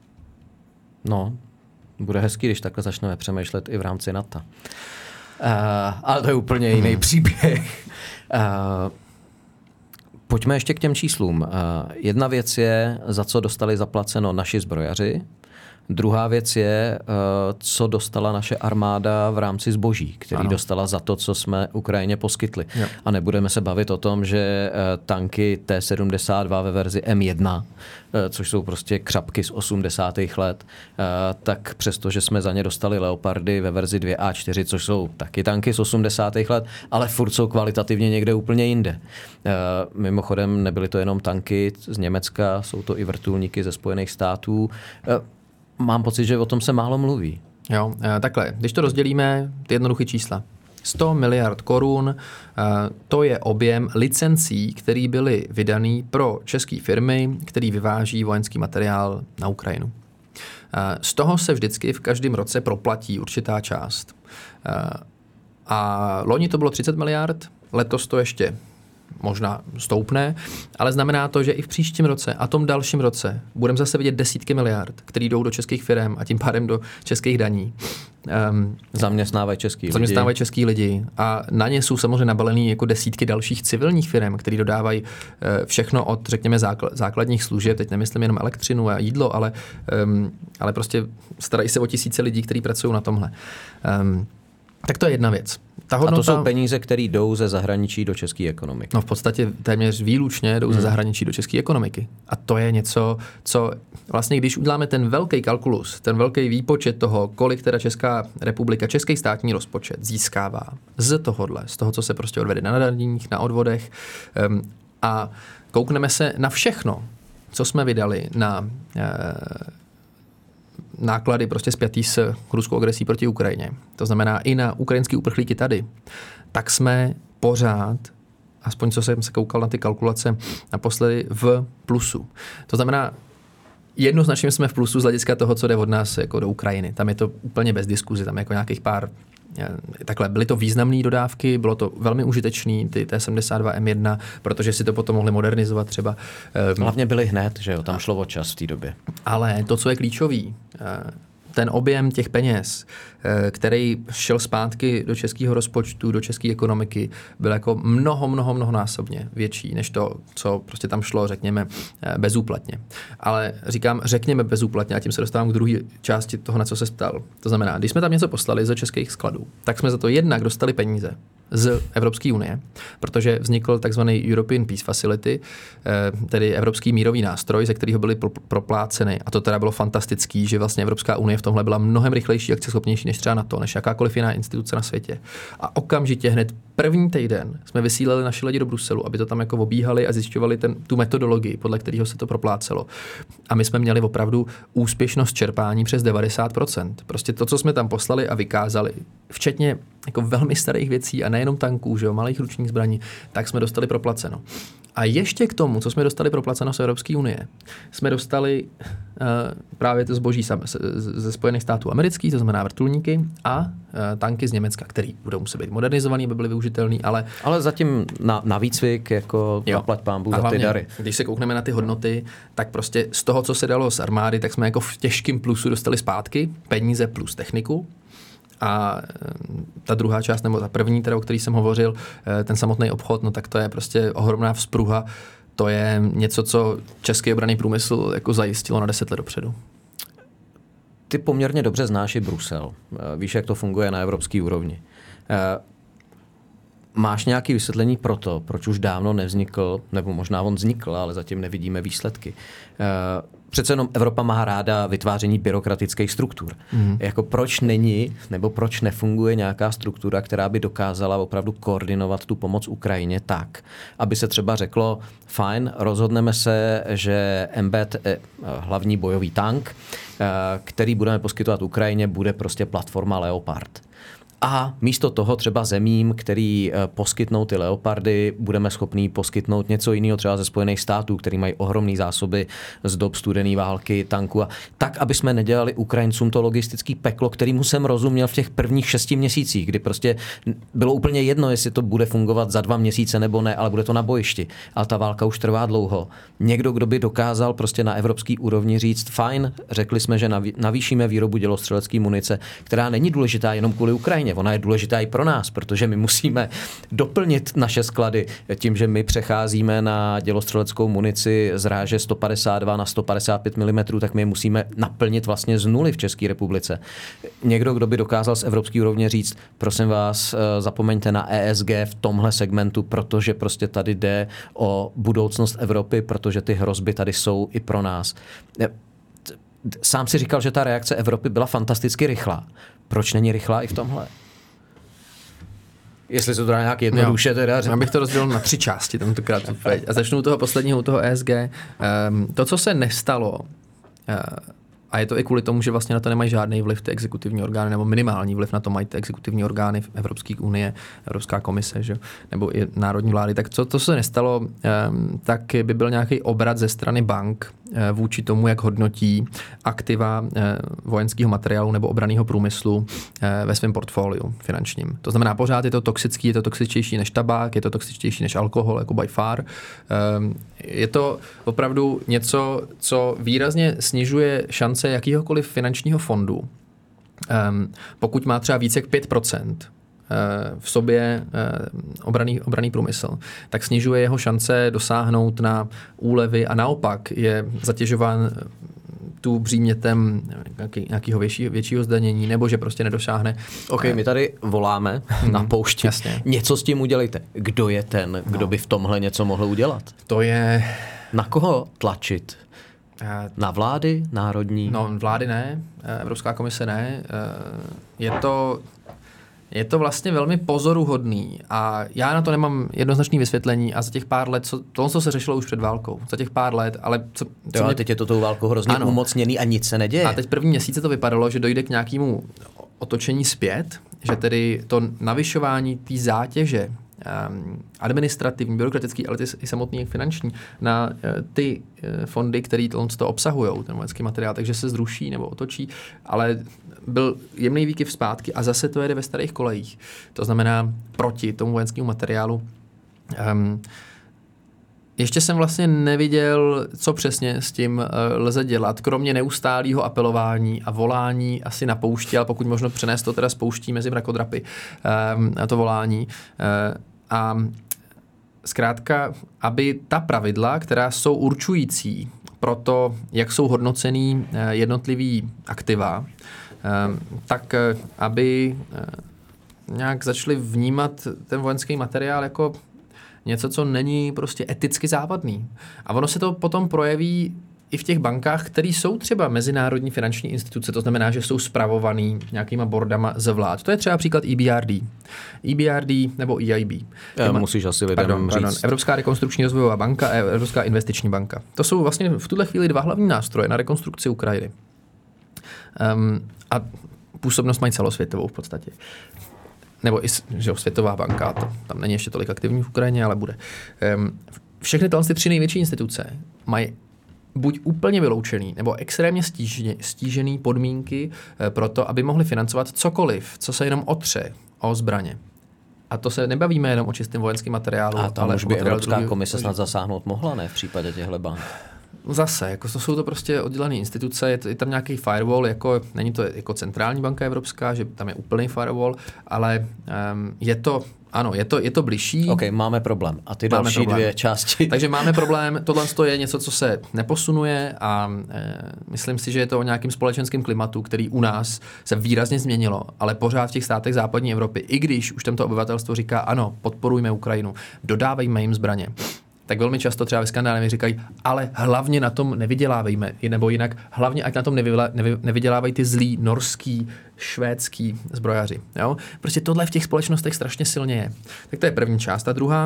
No, bude hezký, když takhle začneme přemýšlet i v rámci NATO. Uh, ale to je úplně jiný hmm. příběh. Uh, pojďme ještě k těm číslům. Uh, jedna věc je, za co dostali zaplaceno naši zbrojaři. Druhá věc je, uh, co dostala naše armáda v rámci zboží, který ano. dostala za to, co jsme Ukrajině poskytli. Jo. A nebudeme se bavit o tom, že uh, tanky T sedmdesát dva ve verzi M jedna, uh, což jsou prostě křapky z osmdesátých let, uh, tak přesto, že jsme za ně dostali Leopardy ve verzi dvě A čtyři, což jsou taky tanky z osmdesátých let, ale furt jsou kvalitativně někde úplně jinde. Uh, mimochodem nebyly to jenom tanky z Německa, jsou to i vrtulníky ze Spojených států. Uh, Mám pocit, že o tom se málo mluví. Jo, takhle, když to rozdělíme, ty jednoduché čísla. sto miliard korun, to je objem licencí, které byly vydaný pro české firmy, které vyváží vojenský materiál na Ukrajinu. Z toho se vždycky v každém roce proplatí určitá část. A loni to bylo třicet miliard, letos to ještě možná stoupne, ale znamená to, že i v příštím roce a tom dalším roce budeme zase vidět desítky miliard, které jdou do českých firm a tím pádem do českých daní. Um, zaměstnávají český lidi. Zaměstnávají český lidi a na ně jsou samozřejmě nabalený jako desítky dalších civilních firm, které dodávají uh, všechno od, řekněme, zákl- základních služeb, teď nemyslím jenom elektřinu a jídlo, ale, um, ale prostě starají se o tisíce lidí, kteří pracují na tomhle. Um, Tak to je jedna věc. Ta hodnota... A to jsou peníze, které jdou ze zahraničí do české ekonomiky. No v podstatě téměř výlučně jdou hmm. ze zahraničí do české ekonomiky. A to je něco, co vlastně, když uděláme ten velký kalkulus, ten velký výpočet toho, kolik teda Česká republika, český státní rozpočet získává z tohohle, z toho, co se prostě odvede na daních, na odvodech um, a koukneme se na všechno, co jsme vydali na... Uh, náklady prostě spjatý s ruskou agresí proti Ukrajině. To znamená i na ukrajinský uprchlíky tady. Tak jsme pořád, aspoň co jsem se koukal na ty kalkulace naposledy, v plusu. To znamená, jednoznačně jsme v plusu z hlediska toho, co jde od nás jako do Ukrajiny. Tam je to úplně bez diskuze, tam je jako nějakých pár takhle, byly to významné dodávky, bylo to velmi užitečný, ty T sedmdesát dva M jedna, protože si to potom mohli modernizovat třeba. Hlavně byly hned, že jo, tam šlo o čas v té době. Ale to, co je klíčový, ten objem těch peněz, který šel zpátky do českého rozpočtu, do české ekonomiky, byl jako mnoho, mnoho, mnohonásobně větší, než to, co prostě tam šlo, řekněme, bezúplatně. Ale říkám, řekněme bezúplatně, a tím se dostávám k druhé části toho, na co se ptal. To znamená, když jsme tam něco poslali ze českých skladů, tak jsme za to jednak dostali peníze z Evropské unie, protože vznikl takzvaný European Peace Facility, tedy evropský mírový nástroj, ze kterého byly propláceny. A to teda bylo fantastický, že vlastně Evropská unie v tomhle byla mnohem rychlejší a akceschopnější než třeba NATO, než jakákoliv jiná instituce na světě. A okamžitě hned první týden jsme vysílali naše lidi do Bruselu, aby to tam jako obíhali a zjišťovali ten, tu metodologii, podle kterého se to proplácelo. A my jsme měli opravdu úspěšnost čerpání přes devadesát procent. Prostě to, co jsme tam poslali a vykázali, včetně jako velmi starých věcí a nejenom tanků, že jo, malých ručních zbraní, tak jsme dostali proplaceno. A ještě k tomu, co jsme dostali proplaceno z Evropské unie, jsme dostali uh, právě to zboží ze Spojených států amerických, to znamená vrtulníky, a uh, tanky z Německa, které budou muset být modernizovaný, aby byly využitelný, ale... Ale zatím na, na výcvik, jako zaplať pánbů za ty dary. Když se koukneme na ty hodnoty, tak prostě z toho, co se dalo z armády, tak jsme jako v těžkém plusu dostali zpátky peníze plus techniku. A ta druhá část, nebo ta první, teda, o který jsem hovořil, ten samotný obchod, no tak to je prostě ohromná vzpruha. To je něco, co český obranný průmysl jako zajistilo na deset let dopředu. Ty poměrně dobře znáš i Brusel. Víš, jak to funguje na evropské úrovni. Máš nějaké vysvětlení pro to, proč už dávno nevznikl, nebo možná on vznikl, ale zatím nevidíme výsledky. Přece jenom Evropa má ráda vytváření byrokratických struktur. Mm. Jako proč není, nebo proč nefunguje nějaká struktura, která by dokázala opravdu koordinovat tu pomoc Ukrajině tak, aby se třeba řeklo, fajn, rozhodneme se, že M B T, hlavní bojový tank, který budeme poskytovat Ukrajině, bude prostě platforma Leopard. A místo toho třeba zemím, který poskytnou ty Leopardy, budeme schopní poskytnout něco jiného třeba ze Spojených států, který mají ohromné zásoby z dob studené války, tanku. A tak, aby jsme nedělali Ukrajincům to logistický peklo, kterýmu jsem rozuměl v těch prvních šesti měsících, kdy prostě bylo úplně jedno, jestli to bude fungovat za dva měsíce nebo ne, ale bude to na bojišti. Ale ta válka už trvá dlouho. Někdo, kdo by dokázal prostě na evropský úrovni říct, fajn, řekli jsme, že navýšíme výrobu dělostřelecké munice, která není důležitá jenom kvůli Ukrajině. Ona je důležitá i pro nás, protože my musíme doplnit naše sklady tím, že my přecházíme na dělostřeleckou munici z ráže sto padesát dva na sto padesát pět milimetrů, tak my je musíme naplnit vlastně z nuly v České republice. Někdo, kdo by dokázal z evropské úrovně říct, prosím vás, zapomeňte na E S G v tomhle segmentu, protože prostě tady jde o budoucnost Evropy, protože ty hrozby tady jsou i pro nás. Sám si říkal, že ta reakce Evropy byla fantasticky rychlá. Proč není rychlá i v tomhle? Jestli se to dá nějak jednoduše teda. Já bych to rozdělil na tři části tentokrát. A začnu u toho posledního, u toho E S G. Um, to, co se nestalo, uh, a je to i kvůli tomu, že vlastně na to nemají žádný vliv ty exekutivní orgány, nebo minimální vliv na to mají ty exekutivní orgány v Evropské unie, Evropská komise, že? Nebo i národní vlády. Tak co to se nestalo, um, tak by byl nějaký obrat ze strany bank uh, vůči tomu, jak hodnotí aktiva uh, vojenského materiálu nebo obranného průmyslu uh, ve svém portfoliu finančním. To znamená, pořád je to toxický, je to toxičtější než tabák, je to toxičtější než alkohol, jako by far. Um, je to opravdu něco, co výrazně snižuje šance jakýhokoliv finančního fondu, um, pokud má třeba více jak pět procent uh, v sobě uh, obraný, obraný průmysl, tak snižuje jeho šance dosáhnout na úlevy a naopak je zatěžován tu břímětem nějaký, nějakého větší, většího zdanění, nebo že prostě nedosáhne. OK, my tady voláme hmm, na poušti. Jasně. Něco s tím udělejte. Kdo je ten, kdo no. by v tomhle něco mohl udělat? To je... Na koho tlačit? Na vlády národní? No, vlády ne, Evropská komise ne. Je to, je to vlastně velmi pozoruhodný a já na to nemám jednoznačné vysvětlení a za těch pár let, co, to, co se řešilo už před válkou, za těch pár let, ale... Co, co jo, mě... teď je to tou válkou hrozně ano. umocněný a nic se neděje. A teď první měsíce to vypadalo, že dojde k nějakému otočení zpět, že tedy to navyšování té zátěže um, administrativní, byrokratický, ale ty, i samotný finanční, na uh, ty uh, fondy, které to obsahují, ten vojenský materiál, takže se zruší nebo otočí, ale byl jemný výkyv zpátky a zase to jede ve starých kolejích. To znamená proti tomu vojenskému materiálu. Um, Ještě jsem vlastně neviděl, co přesně s tím uh, lze dělat, kromě neustálého apelování a volání asi na poušti, ale pokud možno přenést to teda z pouští mezi mrakodrapy, um, a to volání. Uh, a zkrátka, aby ta pravidla, která jsou určující pro to, jak jsou hodnocený uh, jednotlivý aktiva, um, tak uh, aby uh, nějak začali vnímat ten vojenský materiál jako něco, co není prostě eticky závadný. A ono se to potom projeví i v těch bankách, které jsou třeba mezinárodní finanční instituce, to znamená, že jsou spravovaný nějakýma boardama ze vlád. To je třeba příklad E B R D. E B R D nebo E I B. Já musíš asi lidem pardon, říct. Pardon, Evropská rekonstrukční rozvojová banka a Evropská investiční banka. To jsou vlastně v tuhle chvíli dva hlavní nástroje na rekonstrukci Ukrajiny. Um, a působnost mají celosvětovou v podstatě. Nebo i že jo, Světová banka, to, tam není ještě tolik aktivní v Ukrajině, ale bude. Um, všechny tyhle tři největší instituce mají buď úplně vyloučený, nebo extrémně stížený, stížený podmínky eh, pro to, aby mohli financovat cokoliv, co se jenom otře o zbraně. A to se nebavíme jenom o čistém vojenském materiálu. A tam ale už by Evropská druhý, komise snad zasáhnout mohla, ne v případě těchto bank? Zase, jako to jsou to prostě oddělené instituce, je, to, je tam nějaký firewall, jako není to jako centrální banka evropská, že tam je úplný firewall, ale um, je to, ano, je to, je to bližší. OK, máme problém. A ty máme další problém. dvě části? Takže máme problém, tohle je něco, co se neposunuje a e, myslím si, že je to o nějakým společenském klimatu, který u nás se výrazně změnilo, ale pořád v těch státech západní Evropy, i když už tamto obyvatelstvo říká, ano, podporujme Ukrajinu, dodávejme jim zbraně, tak velmi často třeba ve Skandinávii říkají, ale hlavně na tom nevydělávejme, nebo jinak hlavně ať na tom nevy, nevy, nevydělávají ty zlí norský, švédský zbrojaři. Jo? Prostě tohle v těch společnostech strašně silně je. Tak to je první část. A druhá,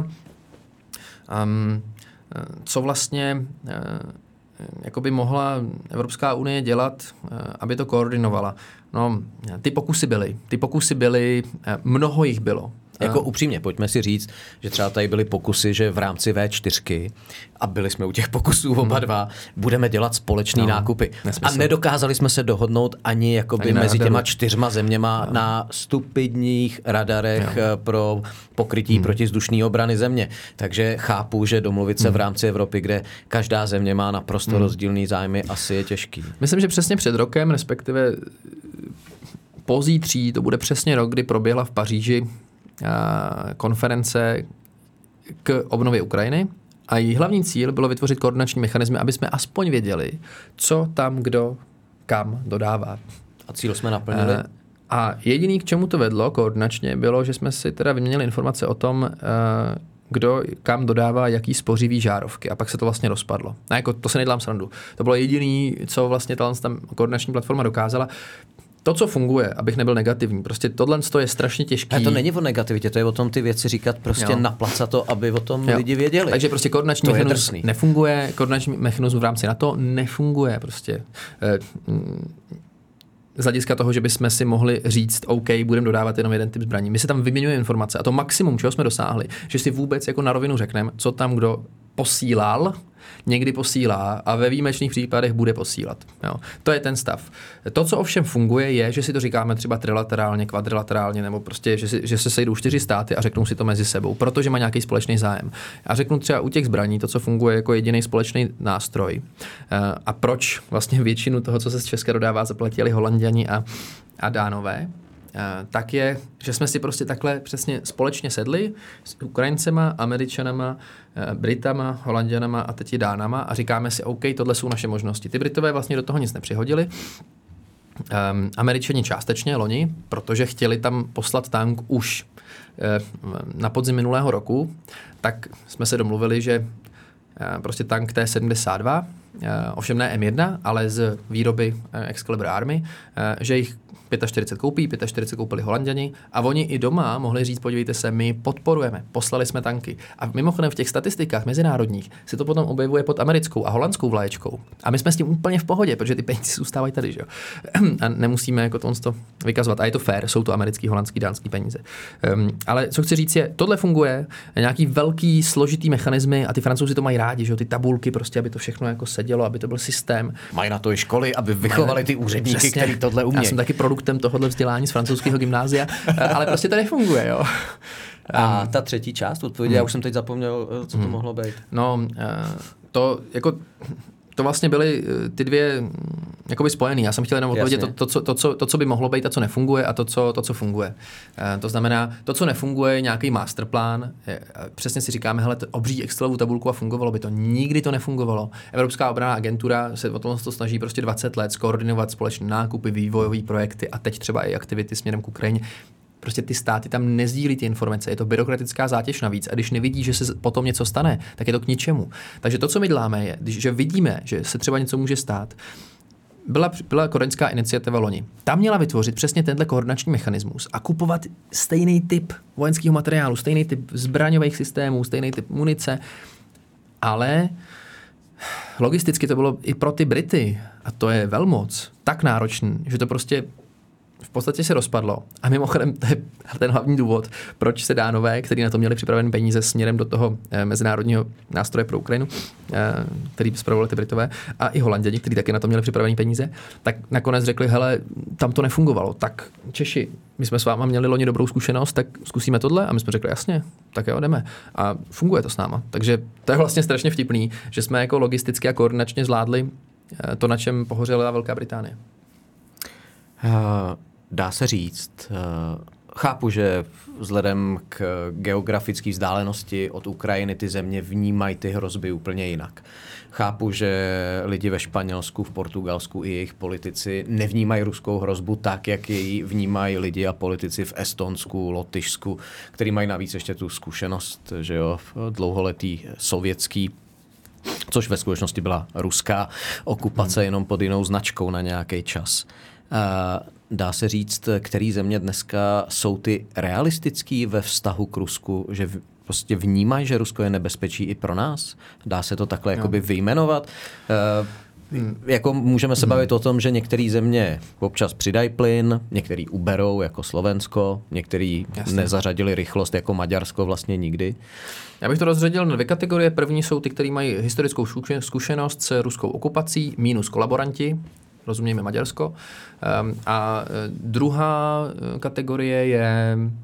um, co vlastně uh, jakoby mohla Evropská unie dělat, uh, aby to koordinovala. No, ty pokusy byly. Ty pokusy byly, uh, mnoho jich bylo. Jako upřímně, pojďme si říct, že třeba tady byly pokusy, že v rámci V čtyři, a byli jsme u těch pokusů oba dva, budeme dělat společný no, nákupy. Nesmysl. A nedokázali jsme se dohodnout ani jakoby ani mezi těma čtyřma zeměma no. na stupidních radarech no. pro pokrytí hmm. protivzdušné obrany země. Takže chápu, že domluvit se hmm. v rámci Evropy, kde každá země má naprosto hmm. rozdílný zájmy, asi je těžký. Myslím, že přesně před rokem, respektive pozítří, to bude přesně rok, kdy proběhla v Paříži konference k obnově Ukrajiny a její hlavní cíl bylo vytvořit koordinační mechanismy, aby jsme aspoň věděli, co tam kdo kam dodává. A cíl jsme naplnili? A jediný, k čemu to vedlo koordinačně, bylo, že jsme si teda vyměnili informace o tom, kdo kam dodává jaký spořivý žárovky. A pak se to vlastně rozpadlo. A jako to se nedělám srandu. To bylo jediný, co vlastně ta koordinační platforma dokázala. To, co funguje, abych nebyl negativní, prostě tohle je strašně těžký. A to není o negativitě, to je o tom ty věci říkat prostě jo. naplacat to, aby o tom jo. lidi věděli. Takže prostě koordinační mechanismus nefunguje, koordinační mechanismus v rámci NATO nefunguje prostě. Z hlediska toho, že bychom si mohli říct, OK, budeme dodávat jenom jeden typ zbraní. My si tam vyměňujeme informace a to maximum, čeho jsme dosáhli, že si vůbec jako na rovinu řekneme, co tam kdo posílal, někdy posílá a ve výjimečných případech bude posílat. Jo. To je ten stav. To, co ovšem funguje, je, že si to říkáme třeba trilaterálně, kvadrilaterálně, nebo prostě, že, si, že se sejdou čtyři státy a řeknou si to mezi sebou, protože má nějaký společný zájem. A řeknu třeba u těch zbraní, to, co funguje jako jediný společný nástroj. A proč vlastně většinu toho, co se z Česka dodává, zaplatili Holanděni a, a Dánové, tak je, že jsme si prostě takhle přesně společně sedli s Ukrajincema, Američanama, Britama, Holanděnama a teď i Dánama a říkáme si, OK, tohle jsou naše možnosti. Ty Britové vlastně do toho nic nepřihodili. Um, Američani částečně loni, protože chtěli tam poslat tank už uh, na podzim minulého roku, tak jsme se domluvili, že uh, prostě tank T sedmdesát dva ovšem ne M jedna, ale z výroby Excalibur Army, že jich čtyřicet pět koupí, čtyřicet pět koupili Holanďani a oni i doma mohli říct, podívejte se, my podporujeme, poslali jsme tanky. A mimochodem v těch statistikách mezinárodních se to potom objevuje pod americkou a holandskou vlaječkou. A my jsme s tím úplně v pohodě, protože ty peníze zůstávají tady, že jo. A nemusíme jako to, to vykazovat. A je to fair, jsou to americký, holandský, dánský peníze. Um, ale co chci říct je, tohle funguje, nějaký velký složitý mechanismy a ty Francouzi to mají rádi, že jo, ty tabulky prostě, aby to všechno jako sedělo, aby to byl systém. Mají na to i školy, aby vychovali ty úředníky, kteří tohle umějí. Já jsem taky produktem tohohle vzdělání z francouzského gymnázia, ale prostě to nefunguje, jo. A um, ta třetí část odpovědi, hmm. já už jsem teď zapomněl, co to hmm. mohlo být. No, to jako to vlastně byly ty dvě jakoby spojený. Já jsem chtěl jenom odpovědět to, to, co, to, co, to, co by mohlo být a co nefunguje a to, co, to, co funguje. To znamená, to, co nefunguje, je nějaký masterplán. Přesně si říkáme, hele, obří Excelovou tabulku a fungovalo by to. Nikdy to nefungovalo. Evropská obranná agentura se o tom to snaží prostě dvacet let skoordinovat společné nákupy, vývojové projekty a teď třeba i aktivity směrem k Ukrajině. Prostě ty státy tam nezdílí ty informace, je to byrokratická zátěž navíc a když nevidí, že se potom něco stane, tak je to k ničemu. Takže to, co my děláme, je, že vidíme, že se třeba něco může stát. Byla, byla koreňská iniciativa loni. Tam měla vytvořit přesně tenhle koordinační mechanismus a kupovat stejný typ vojenského materiálu, stejný typ zbraňových systémů, stejný typ munice, ale logisticky to bylo i pro ty Brity, a to je velmoc, tak náročný, že to prostě v podstatě se rozpadlo. A mimochodem to je ten hlavní důvod, proč se Dánové, kteří na to měli připravené peníze směrem do toho eh, mezinárodního nástroje pro Ukrajinu, eh, který spravovali ty Britové, a i Holanděni, kteří taky na to měli připravené peníze, tak nakonec řekli, hele, tam to nefungovalo. Tak Češi, my jsme s váma měli loni dobrou zkušenost, tak zkusíme tohle. A my jsme řekli, jasně, tak jo, jdeme. A funguje to s náma. Takže to je vlastně strašně vtipný, že jsme jako logisticky a koordinačně zvládli eh, to, na čem pohořela Velká Británie. Uh... Dá se říct, chápu, že vzhledem k geografické vzdálenosti od Ukrajiny ty země vnímají ty hrozby úplně jinak. Chápu, že lidi ve Španělsku, v Portugalsku i jejich politici nevnímají ruskou hrozbu tak, jak ji vnímají lidi a politici v Estonsku, Lotyšsku, který mají navíc ještě tu zkušenost, že jo, dlouholetý sovětský, což ve skutečnosti byla ruská okupace, jenom pod jinou značkou na nějaký čas. Dá se říct, který země dneska jsou ty realistický ve vztahu k Rusku, že prostě vnímají, že Rusko je nebezpečí i pro nás? Dá se to takhle jakoby vyjmenovat? Hmm. Jako můžeme se bavit hmm. o tom, že některé země občas přidají plyn, některý uberou jako Slovensko, některý Jasně. nezařadili rychlost jako Maďarsko vlastně nikdy. Já bych to rozředil na dvě kategorie. První jsou ty, kteří mají historickou zkušenost s ruskou okupací, minus kolaboranti, rozumějme Maďarsko. Um, a druhá kategorie je, um,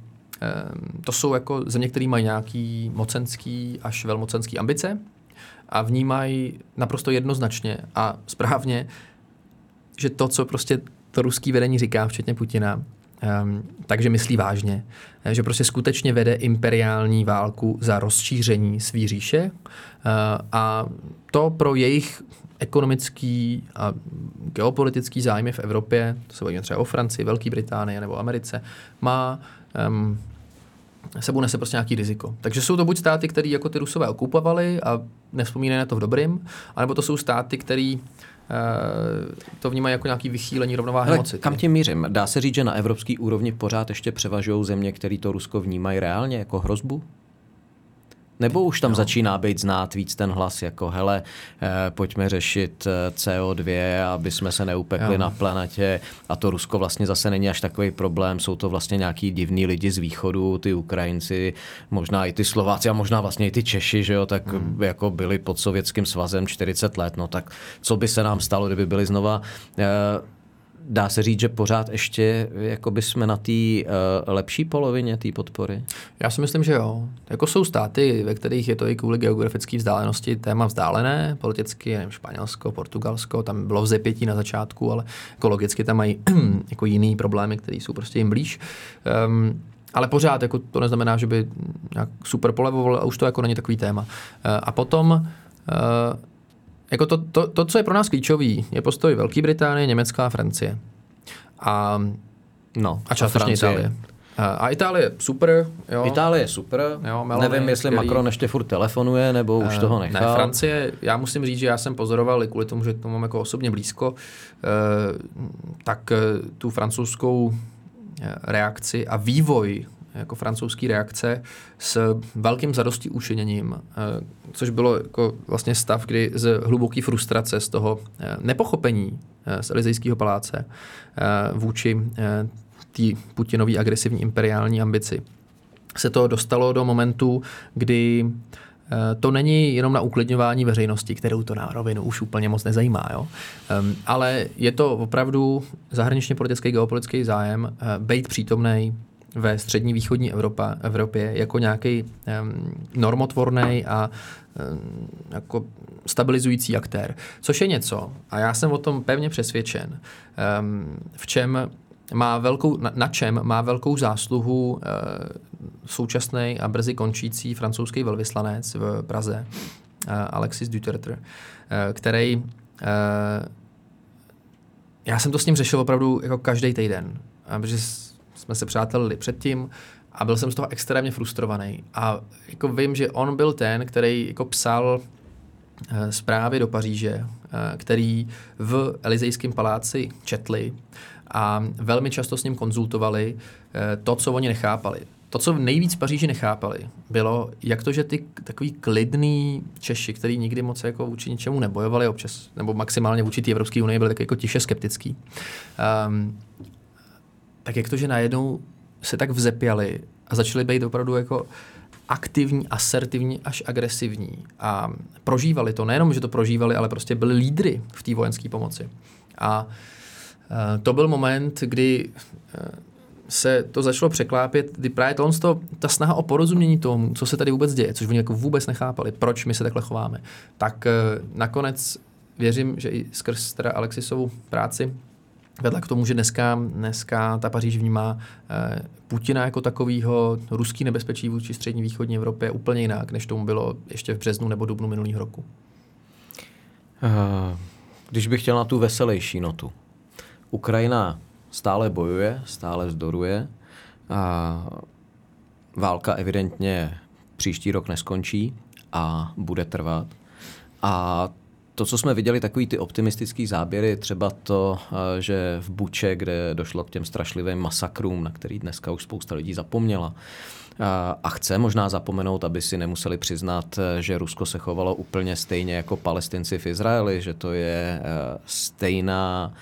to jsou jako země, které mají nějaký mocenský až velmocenský ambice a vnímají naprosto jednoznačně a správně, že to, co prostě to ruský vedení říká, včetně Putina, um, takže myslí vážně, že prostě skutečně vede imperiální válku za rozšíření svý říše uh, a to pro jejich ekonomický a geopolitický zájmy v Evropě, to se bavíme třeba o Francii, Velké Británii nebo Americe, má um, sebou nese prostě nějaký riziko. Takže jsou to buď státy, které jako ty Rusové okupovali a nevzpomínají na to v dobrým, anebo to jsou státy, které uh, to vnímají jako nějaký vychýlení rovnováhy moci. Kam tím mířím? Dá se říct, že na evropské úrovni pořád ještě převažují země, které to Rusko vnímají reálně jako hrozbu? Nebo už tam no. začíná být znát víc ten hlas, jako hele, eh, pojďme řešit C O dva, aby jsme se neupekli jo. na planetě a to Rusko vlastně zase není až takový problém, jsou to vlastně nějaký divní lidi z východu, ty Ukrajinci, možná i ty Slováci a možná vlastně i ty Češi, že jo, tak hmm. jako byli pod Sovětským svazem čtyřicet let, no tak co by se nám stalo, kdyby byli znova... Eh, Dá se říct, že pořád ještě jakoby jsme na té uh, lepší polovině té podpory? Já si myslím, že jo. Jako jsou státy, ve kterých je to i kvůli geografické vzdálenosti téma vzdálené, politicky, nevím, Španělsko, Portugalsko, tam bylo vzepětí na začátku, ale ekologicky tam mají jako jiný problémy, které jsou prostě jim blíž. Um, ale pořád jako to neznamená, že by nějak super polevovalo a už to jako není takový téma. Uh, a potom... Uh, Jako to, to, to, co je pro nás klíčový, je postoj Velké Británie, Německa a Francie. A, no, a částečně Itálie. A Itálie super. Jo. Itálie je super. Jo, Meloni, nevím, jestli skvělý. Macron ještě furt telefonuje, nebo už uh, toho nechal. Ne, Francie, já musím říct, že já jsem pozoroval, i kvůli tomu, že to mám jako osobně blízko, uh, tak uh, tu francouzskou reakci a vývoj jako francouzský reakce s velkým zadosti učiněním, což bylo jako vlastně stav, kdy z hluboké frustrace, z toho nepochopení z Elizejského paláce vůči té Putinový agresivní imperiální ambici se to dostalo do momentu, kdy to není jenom na uklidňování veřejnosti, kterou to na rovinu už úplně moc nezajímá, jo? Um, ale je to opravdu zahraničně politický geopolitický zájem uh, být přítomnej ve střední východní Evropa, Evropě jako nějaký um, normotvorný a um, jako stabilizující aktér. Což je něco, a já jsem o tom pevně přesvědčen, um, v čem má velkou, na, na čem má velkou zásluhu e, současný a brzy končící francouzský velvyslanec v Praze, e, Alexis Dutertre, e, který, e, já jsem to s ním řešil opravdu jako každý týden, protože jsme se přátelili předtím a byl jsem z toho extrémně frustrovaný. A jako vím, že on byl ten, který jako psal e, zprávy do Paříže, e, který v Elizejském paláci četli, a velmi často s ním konzultovali to, co oni nechápali. To, co nejvíc v Paříži nechápali, bylo, jak to, že ty takový klidný Češi, který nikdy moc jako vůči ničemu nebojovali občas, nebo maximálně vůči té Evropské unii byli tak jako tiše skeptický, um, tak jak to, že najednou se tak vzepěli a začali být opravdu jako aktivní, asertivní až agresivní. A prožívali to, nejenom, že to prožívali, ale prostě byli lídry v té vojenské pomoci. A to byl moment, kdy se to začalo překlápět, kdy právě to, ta snaha o porozumění tomu, co se tady vůbec děje, což oni jako vůbec nechápali, proč my se takhle chováme, tak nakonec věřím, že i skrz teda Alexisovu práci vedla k tomu, že dneska, dneska ta Paříž vnímá Putina jako takovýho, ruský nebezpečí vůči střední východní Evropě úplně jinak, než tomu bylo ještě v březnu nebo dubnu minulého roku. Když bych chtěl na tu veselější notu. Ukrajina stále bojuje, stále vzdoruje a válka evidentně příští rok neskončí a bude trvat. A to, co jsme viděli, takový ty optimistický záběry, třeba to, že v Buče, kde došlo k těm strašlivým masakrům, na který dneska už spousta lidí zapomněla, a chce možná zapomenout, aby si nemuseli přiznat, že Rusko se chovalo úplně stejně jako Palestinci v Izraeli, že to je stejná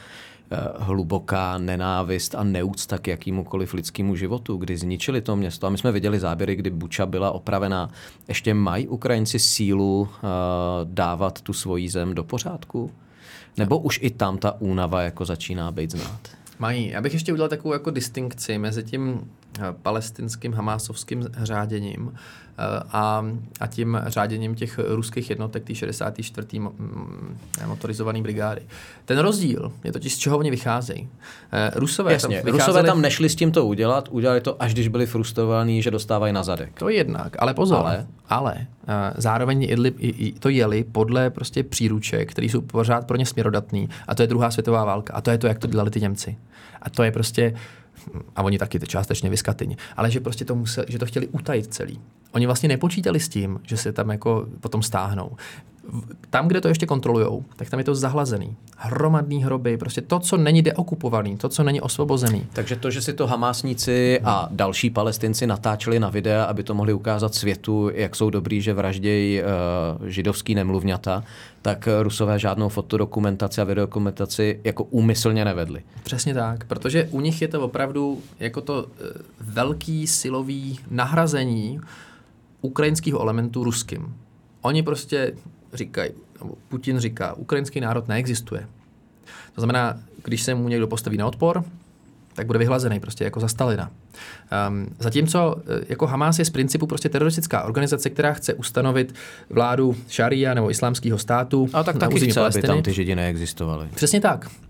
hluboká nenávist a neúcta k jakýmukoliv lidskému životu, kdy zničili to město. A my jsme viděli záběry, kdy Buča byla opravená. Ještě mají Ukrajinci sílu uh, dávat tu svoji zem do pořádku? Nebo už i tam ta únava jako začíná být znát? Mají. Já bych ještě udělal takovou jako distinkci mezi tím palestinským hamásovským řáděním a, a tím řáděním těch ruských jednotek, té šedesát čtyřité motorizované brigády. Ten rozdíl je totiž, z čeho oni vycházejí. Rusové, Jasně, tam, vycházeli... Rusové tam nešli s tím to udělat, udělali to, až když byli frustrovaní, že dostávají na zadek. To je jednak, ale pozor, ale, ale zároveň jedli, to jeli podle prostě příruček, které jsou pořád pro ně směrodatný, a to je druhá světová válka, a to je to, jak to dělali ty Němci. A to je prostě, a oni taky částečně vyskatyni, ale že prostě to museli, že to chtěli utajit celý. Oni vlastně nepočítali s tím, že se tam jako potom stáhnou. Tam, kde to ještě kontrolujou, tak tam je to zahlazený. Hromadný hroby, prostě to, co není deokupovaný, to, co není osvobozený. Takže to, že si to Hamásníci a další Palestinci natáčeli na videa, aby to mohli ukázat světu, jak jsou dobrý, že vraždějí uh, židovský nemluvňata, tak Rusové žádnou fotodokumentaci a videodokumentaci jako úmyslně nevedli. Přesně tak, protože u nich je to opravdu jako to uh, velký silový nahrazení ukrajinského elementu ruským. Oni prostě říkají, Putin říká, ukrajinský národ neexistuje. To znamená, když se mu někdo postaví na odpor, tak bude vyhlazený prostě jako za Stalina. Um, zatímco jako Hamás je z principu prostě teroristická organizace, která chce ustanovit vládu šaria nebo islámského státu. A tak taky chce, aby tam ty Židi neexistovali. Přesně tak.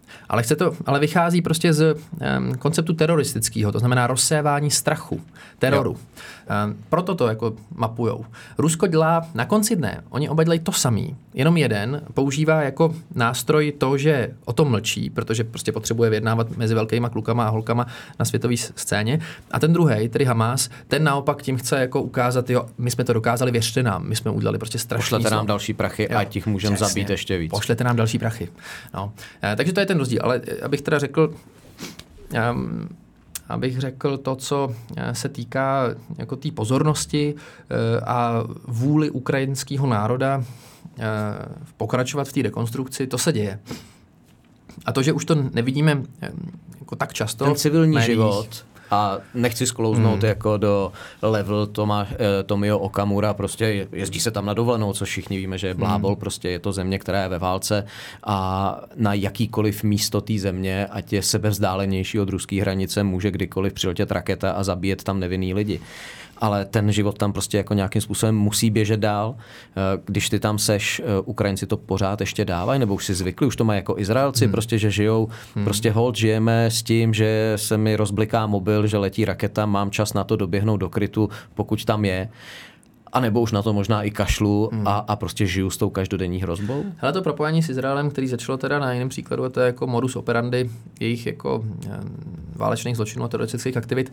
Ale, chce to, ale vychází prostě z um, konceptu teroristického, to znamená rozsévání strachu, teroru. Um, proto to jako mapujou. Rusko dělá na konci dne, oni oba dělají to samý, jenom jeden používá jako nástroj to, že o tom mlčí, protože prostě potřebuje vyjednávat mezi velkýma klukama a holkama na světové scéně. A ten druhý, tedy Hamas, ten naopak tím chce jako ukázat, jo, my jsme to dokázali, věřte nám, my jsme udělali prostě strašný. Pošlete nám další prachy, jo, a těch můžeme zabít ještě víc. Pošlete nám další prachy. No. E, takže to je ten rozdíl. Ale abych teda řekl, um, abych řekl to, co se týká jako té pozornosti uh, a vůli ukrajinského národa uh, pokračovat v té rekonstrukci, to se děje. A to, že už to nevidíme um, jako tak často. Ten civilní médiích, život. A nechci sklouznout hmm. jako do level Toma, Tomio Okamura, prostě jezdí se tam na dovolenou, což všichni víme, že je blábol, hmm. prostě je to země, která je ve válce a na jakýkoliv místo té země, ať je sebevzdálenější od ruské hranice, může kdykoliv přiletět raketa a zabíjet tam nevinný lidi. Ale ten život tam prostě jako nějakým způsobem musí běžet dál. Když ty tam seš, Ukrajinci to pořád ještě dávají, nebo už si zvykli, už to mají jako Izraelci, hmm. prostě, že žijou, hmm. prostě hold, žijeme s tím, že se mi rozbliká mobil, že letí raketa, mám čas na to doběhnout do krytu, pokud tam je. A nebo už na to možná i kašlu hmm. a, a prostě žiju s tou každodenní hrozbou? Hele, to propojení s Izraelem, který začalo teda na jiném příkladu, a to je jako modus operandi jejich jako válečných zločinů a teroristických aktivit,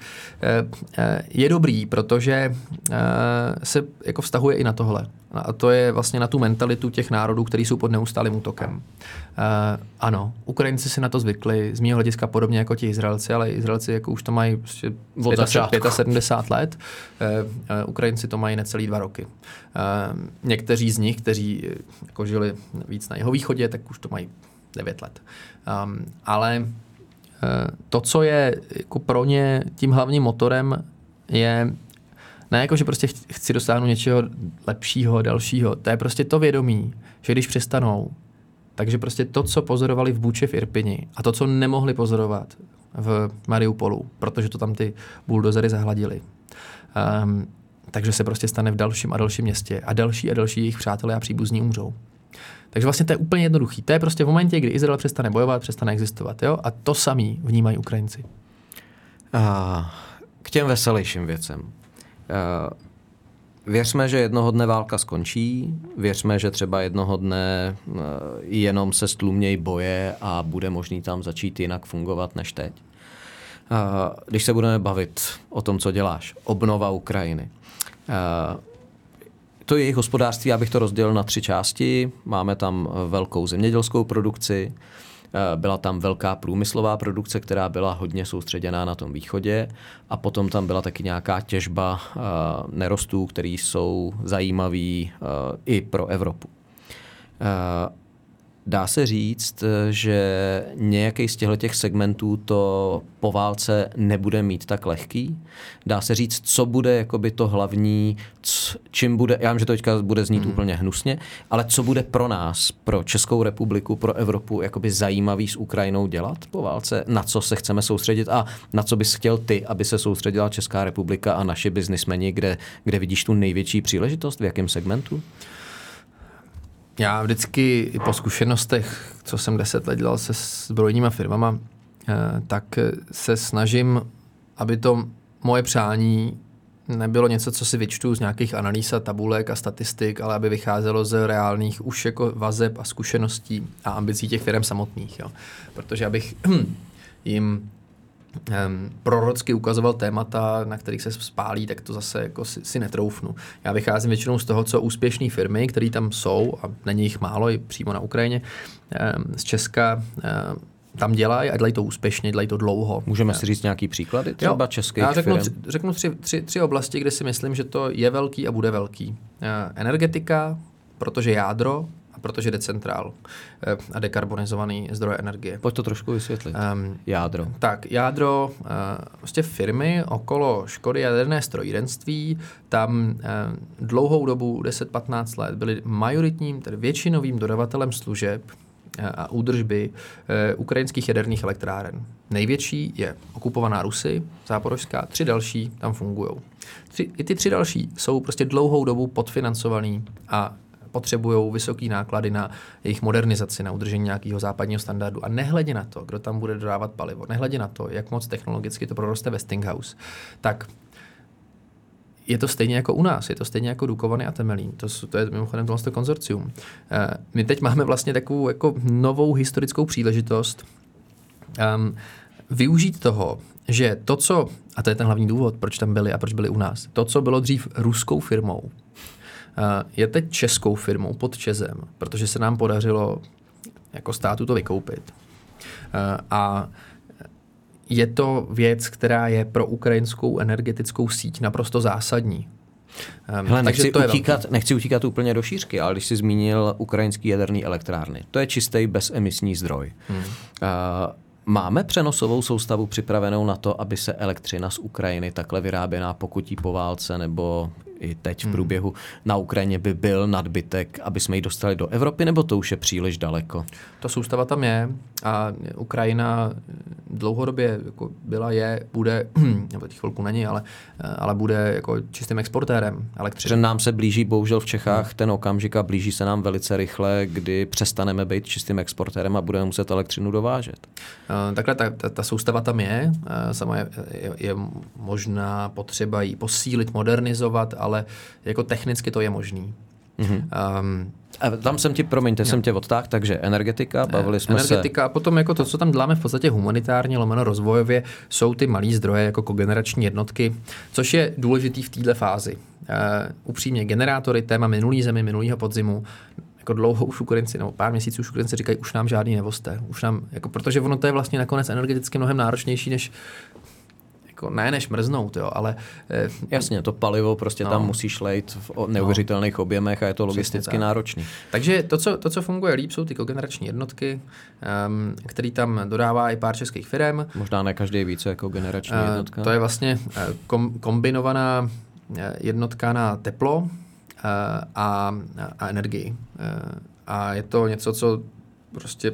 je dobrý, protože se jako vztahuje i na tohle. A to je vlastně na tu mentalitu těch národů, který jsou pod neustálým útokem. Uh, ano, Ukrajinci si na to zvykli, z mého hlediska podobně jako ti Izraelci, ale Izraelci jako už to mají prostě sedmdesát pět let, uh, uh, Ukrajinci to mají necelý dva roky. Uh, někteří z nich, kteří jako žili víc na jihovýchodě, tak už to mají devět let. Um, ale uh, to, co je jako pro ně tím hlavním motorem, je ne jako, že prostě chci dosáhnout něčeho lepšího, dalšího. To je prostě to vědomí, že když přestanou, takže prostě to, co pozorovali v Buče v Irpini a to, co nemohli pozorovat v Mariupolu, protože to tam ty buldozery zahladili. Um, takže se prostě stane v dalším a dalším městě a další a další jejich přátelé a příbuzní umřou. Takže vlastně to je úplně jednoduchý. To je prostě v momentě, kdy Izrael přestane bojovat, přestane existovat. Jo? A to samý vnímají Ukrajinci. A k těm veselějším věcem. Uh, věřme, že jednoho dne válka skončí, věřme, že třeba jednoho dne uh, jenom se stlumnějí boje a bude možný tam začít jinak fungovat než teď. Uh, když se budeme bavit o tom, co děláš, obnova Ukrajiny. Uh, to jejich hospodářství, já bych to rozdělil na tři části. Máme tam velkou zemědělskou produkci, byla tam velká průmyslová produkce, která byla hodně soustředěná na tom východě a potom tam byla taky nějaká těžba nerostů, které jsou zajímavý i pro Evropu. Dá se říct, že nějaký z těchto segmentů to po válce nebude mít tak lehký. Dá se říct, co bude jakoby to hlavní, čím bude, já vím, že to teďka bude znít hmm. úplně hnusně, ale co bude pro nás, pro Českou republiku, pro Evropu jakoby zajímavý s Ukrajinou dělat po válce, na co se chceme soustředit a na co bys chtěl ty, aby se soustředila Česká republika a naši biznismeni, kde, kde vidíš tu největší příležitost, v jakém segmentu? Já vždycky i po zkušenostech, co jsem deset let dělal se zbrojníma firmama, tak se snažím, aby to moje přání nebylo něco, co si vyčtu z nějakých analýz a tabulek a statistik, ale aby vycházelo z reálných už jako vazeb a zkušeností a ambicí těch firm samotných. Jo. Protože abych jim Um, prorocky ukazoval témata, na kterých se spálí, tak to zase jako si, si netroufnu. Já vycházím většinou z toho, co úspěšné firmy, které tam jsou, a není jich málo, i přímo na Ukrajině, um, z Česka um, tam dělají a dělají to úspěšně, dělají to dlouho. Můžeme si říct nějaký příklady třeba jo, českých já řeknu, firm? Tři, řeknu tři, tři, tři oblasti, kde si myslím, že to je velký a bude velký. Uh, energetika, protože jádro, protože decentrál a dekarbonizovaný zdroje energie. Pojď to trošku vysvětlit. Um, jádro. Tak, jádro, uh, vlastně firmy okolo Škody jaderné strojírenství, tam uh, dlouhou dobu, deset patnáct let, byly majoritním, tedy většinovým dodavatelem služeb uh, a údržby uh, ukrajinských jaderných elektráren. Největší je okupovaná Rusy, Záporožská, tři další tam fungují. Tři, I ty tři další jsou prostě dlouhou dobu podfinancovaný a potřebují vysoké náklady na jejich modernizaci, na udržení nějakého západního standardu. A nehledě na to, kdo tam bude dodávat palivo, nehledě na to, jak moc technologicky to proroste Westinghouse, tak je to stejně jako u nás, je to stejně jako Dukovany a Temelín. To, to je mimochodem tohle konzorcium. My teď máme vlastně takovou jako novou historickou příležitost um, využít toho, že to, co, a to je ten hlavní důvod, proč tam byli a proč byli u nás, to, co bylo dřív ruskou firmou, je teď českou firmou pod ČEZem, protože se nám podařilo jako státu to vykoupit. A je to věc, která je pro ukrajinskou energetickou síť naprosto zásadní. Hele, nechci, to utíkat, nechci utíkat úplně do šířky, ale když jsi zmínil ukrajinský jaderný elektrárny, to je čistý bezemisní zdroj. Hmm. Uh, Máme přenosovou soustavu připravenou na to, aby se elektřina z Ukrajiny takhle vyráběná, pokud jí po válce nebo i teď v průběhu na Ukrajině by byl nadbytek, aby jsme ji dostali do Evropy, nebo to už je příliš daleko? Ta soustava tam je a Ukrajina dlouhodobě jako byla, je, bude, nebo těch chvilku není, ale, ale bude jako čistým exportérem elektřiny. Že nám se blíží, bohužel v Čechách, ten okamžik a blíží se nám velice rychle, kdy přestaneme být čistým exportérem a budeme muset elektřinu dovážet. Takhle ta, ta, ta soustava tam je, sama je, je, je možná potřeba ji posílit, modernizovat, ale jako technicky to je možný. Mm-hmm. Um, a tam jsem ti, promiňte, jsem tě odtáhl, takže energetika, bavili jsme energetika, se... Energetika a potom jako to, co tam děláme v podstatě humanitárně, lomeno rozvojově, jsou ty malý zdroje jako kogenerační jednotky, což je důležitý v této fázi. Uh, upřímně, generátory, téma minulý zemi, minulýho podzimu, jako dlouho už Ukrajinci, nebo pár měsíců už Ukrajinci říkají, už nám žádný nevoste. Už nám, jako, protože ono to je vlastně nakonec energeticky mnohem náročnější, než jako, ne než mrznout, jo, ale... Eh, Jasně, to palivo prostě no, tam musíš lejt v neuvěřitelných no, objemech a je to logisticky náročný. Takže to co, to, co funguje líp, jsou ty kogenerační jednotky, um, který tam dodává i pár českých firem. Možná ne každý více jako generační uh, jednotka. To je vlastně kom, kombinovaná jednotka na teplo uh, a, a energii. Uh, a je to něco, co prostě...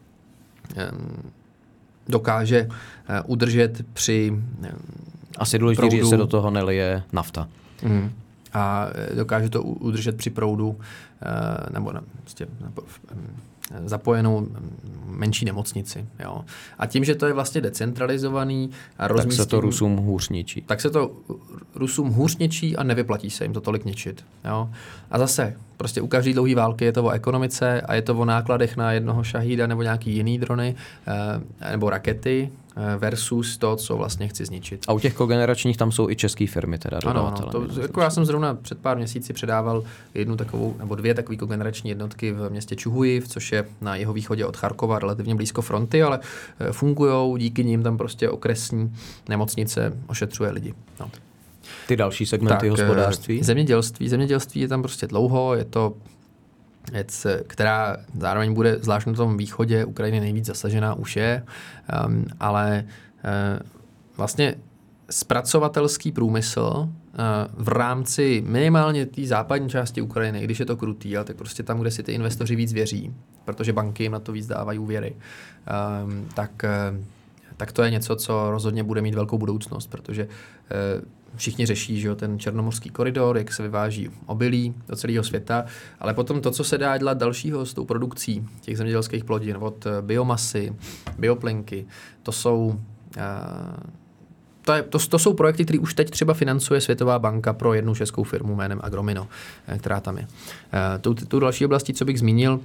Um, dokáže uh, udržet při uh, Asi důležitý říct, že se do toho nelije nafta. Mm. A dokáže to udržet při proudu uh, nebo na, prostě, nebo, um, zapojenou menší nemocnici. Jo. A tím, že to je vlastně decentralizovaný a rozmístěný... Tak se to Rusům hůř ničí. Tak se to Rusům hůř ničí a nevyplatí se jim to tolik ničit. Jo. A zase, prostě u každé dlouhé války je to o ekonomice a je to o nákladech na jednoho šahída nebo nějaký jiný drony eh, nebo rakety versus to, co vlastně chci zničit. A u těch kogeneračních tam jsou i české firmy teda dodavatele. Ano, to, jako já jsem zrovna před pár měsíci předával jednu takovou, nebo dvě takové kogenerační jednotky v městě Čuhujiv, což je na jeho východě od Charkova, relativně blízko fronty, ale fungujou, díky nim tam prostě okresní nemocnice ošetřuje lidi. No. Ty další segmenty tak, hospodářství? Zemědělství. Zemědělství je tam prostě dlouho, je to věc, která zároveň bude, zvlášť na tom východě Ukrajiny nejvíc zasažená už je, um, ale uh, vlastně zpracovatelský průmysl uh, v rámci minimálně té západní části Ukrajiny, když je to krutý, ale tak prostě tam, kde si ty investoři víc věří, protože banky jim na to víc dávají úvěry, um, tak, uh, tak to je něco, co rozhodně bude mít velkou budoucnost, protože uh, všichni řeší, že jo, ten černomorský koridor, jak se vyváží obilí do celého světa, ale potom to, co se dá dělat dalšího s tou produkcí těch zemědělských plodin, od biomasy, bioplinky, to jsou, uh, to, je, to, to jsou projekty, které už teď třeba financuje Světová banka pro jednu českou firmu jménem Agromino, která tam je. Uh, tu, tu další oblastí, co bych zmínil,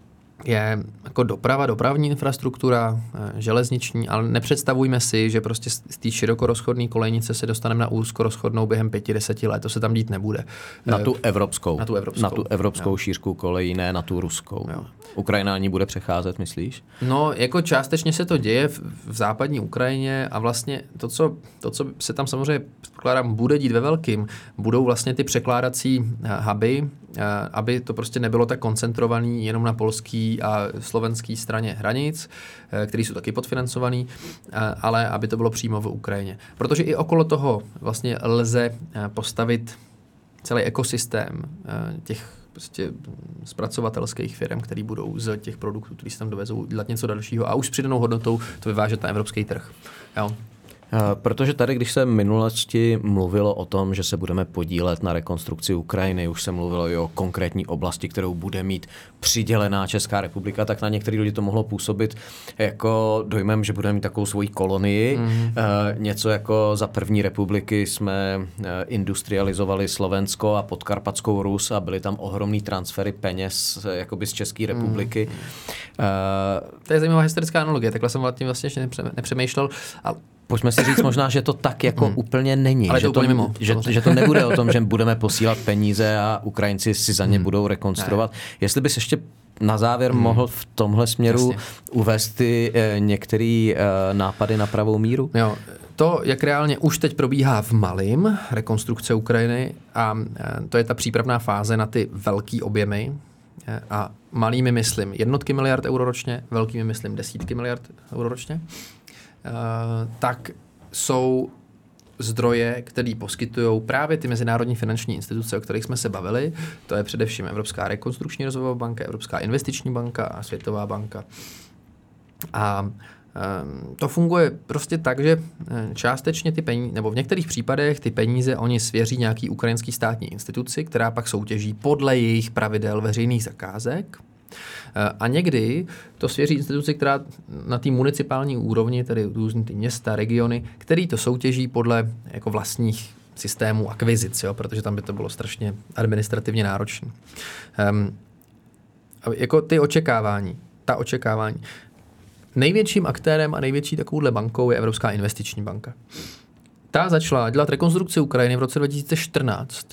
je jako doprava, dopravní infrastruktura, železniční, ale nepředstavujme si, že prostě z té širokorozchodné kolejnice se dostaneme na úzkorozchodnou během pěti, deseti let. To se tam dít nebude. Na tu evropskou. Na tu evropskou. Na tu evropskou šířku kolejí, ne na tu ruskou. Jo. Ukrajina ani bude přecházet, myslíš? No, jako částečně se to děje v, v západní Ukrajině a vlastně to co, to, co se tam samozřejmě předpokládám, bude dít ve velkým, budou vlastně ty překládací huby, aby to prostě nebylo tak koncentrovaný jenom na polský a slovenský straně hranic, který jsou taky podfinancovaný, ale aby to bylo přímo v Ukrajině. Protože i okolo toho vlastně lze postavit celý ekosystém těch prostě zpracovatelských firm, které budou z těch produktů, které se tam dovezou, dělat něco dalšího a už s přidanou hodnotou to vyvážet na evropský trh. Jo. Protože tady, když se v minulosti mluvilo o tom, že se budeme podílet na rekonstrukci Ukrajiny, už se mluvilo i o konkrétní oblasti, kterou bude mít přidělená Česká republika, tak na některý lidi to mohlo působit jako dojmem, že budeme mít takovou svoji kolonii. Mm. Něco jako za první republiky jsme industrializovali Slovensko a Podkarpatskou Rus a byly tam ohromný transfery peněz jakoby z České republiky. Mm. Uh, to je zajímavá historická analogie, takhle jsem tím vlastně ještě nepřemýšlel. Ale pojďme si říct možná, že to tak jako hmm. úplně není. Ale že, to, to, mimo, že, že to nebude o tom, že budeme posílat peníze a Ukrajinci si za ně hmm. budou rekonstruovat. Ne. Jestli bys ještě na závěr hmm. mohl v tomhle směru Jasně. uvést ty eh, některé eh, nápady na pravou míru? Jo. To, jak reálně už teď probíhá v malým rekonstrukce Ukrajiny a eh, to je ta přípravná fáze na ty velký objemy eh, a malými myslím jednotky miliard euro ročně, velkými myslím desítky miliard euro ročně. Uh, tak jsou zdroje, které poskytují právě ty mezinárodní finanční instituce, o kterých jsme se bavili. To je především Evropská rekonstrukční rozvojová banka, Evropská investiční banka a Světová banka. A um, to funguje prostě tak, že částečně ty peníze, nebo v některých případech ty peníze oni svěří nějaký ukrajinský státní instituci, která pak soutěží podle jejich pravidel veřejných zakázek. A někdy to svěří instituci, která na té municipální úrovni, tedy různý ty města, regiony, který to soutěží podle jako vlastních systémů akvizic, jo, protože tam by to bylo strašně administrativně náročné. Um, jako ty očekávání, ta očekávání. Největším aktérem a největší takovouhle bankou je Evropská investiční banka. Ta začala dělat rekonstrukci Ukrajiny v roce dva tisíce čtrnáct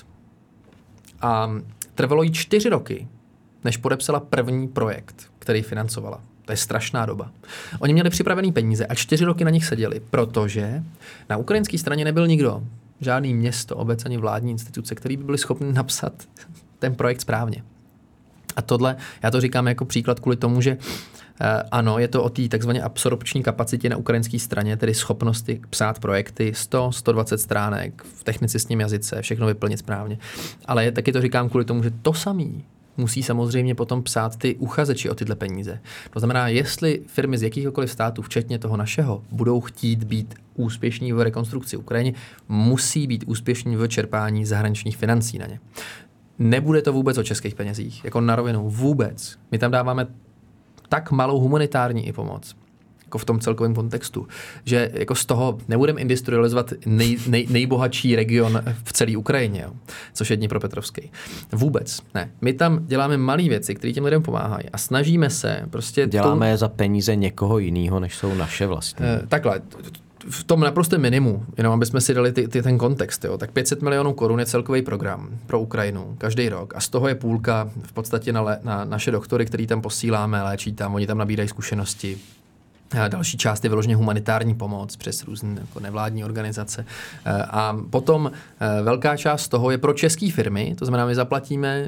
a trvalo jí čtyři roky, než podepsala první projekt, který financovala. To je strašná doba. Oni měli připravený peníze a čtyři roky na nich seděli, protože na ukrajinské straně nebyl nikdo, žádný město, obec ani vládní instituce, který by byli schopni napsat ten projekt správně. A tohle, já to říkám jako příklad kvůli tomu, že eh, ano, je to o té takzvané absorpční kapacitě na ukrajinské straně, tedy schopnosti psát projekty sto až sto dvacet stránek v technicistním jazyce, všechno vyplnit správně. Ale taky to říkám kvůli tomu, že to samý musí samozřejmě potom psát ty uchazeči o tyhle peníze. To znamená, jestli firmy z jakýchkoliv států, včetně toho našeho, budou chtít být úspěšní v rekonstrukci Ukrajiny, musí být úspěšní v čerpání zahraničních financí na ně. Nebude to vůbec o českých penězích, jako na rovinu, vůbec. My tam dáváme tak malou humanitární i pomoc, jako v tom celkovém kontextu, že jako z toho nebudeme industrializovat nej, nej, nejbohatší region v celé Ukrajině, jo, což je Dnipropetrovský. Vůbec ne. My tam děláme malé věci, které těm lidem pomáhají a snažíme se prostě... Děláme je tou... za peníze někoho jiného, než jsou naše vlastně. Eh, takhle, v tom naprostém minimu, jenom aby jsme si dali ty, ty, ten kontext, jo, tak pět set milionů korun je celkový program pro Ukrajinu každý rok a z toho je půlka v podstatě na, le, na naše doktory, který tam posíláme, léčí tam, oni tam nabírají zkušenosti. A další část je vyloženě humanitární pomoc přes různé jako nevládní organizace. A potom velká část toho je pro české firmy, to znamená, my zaplatíme,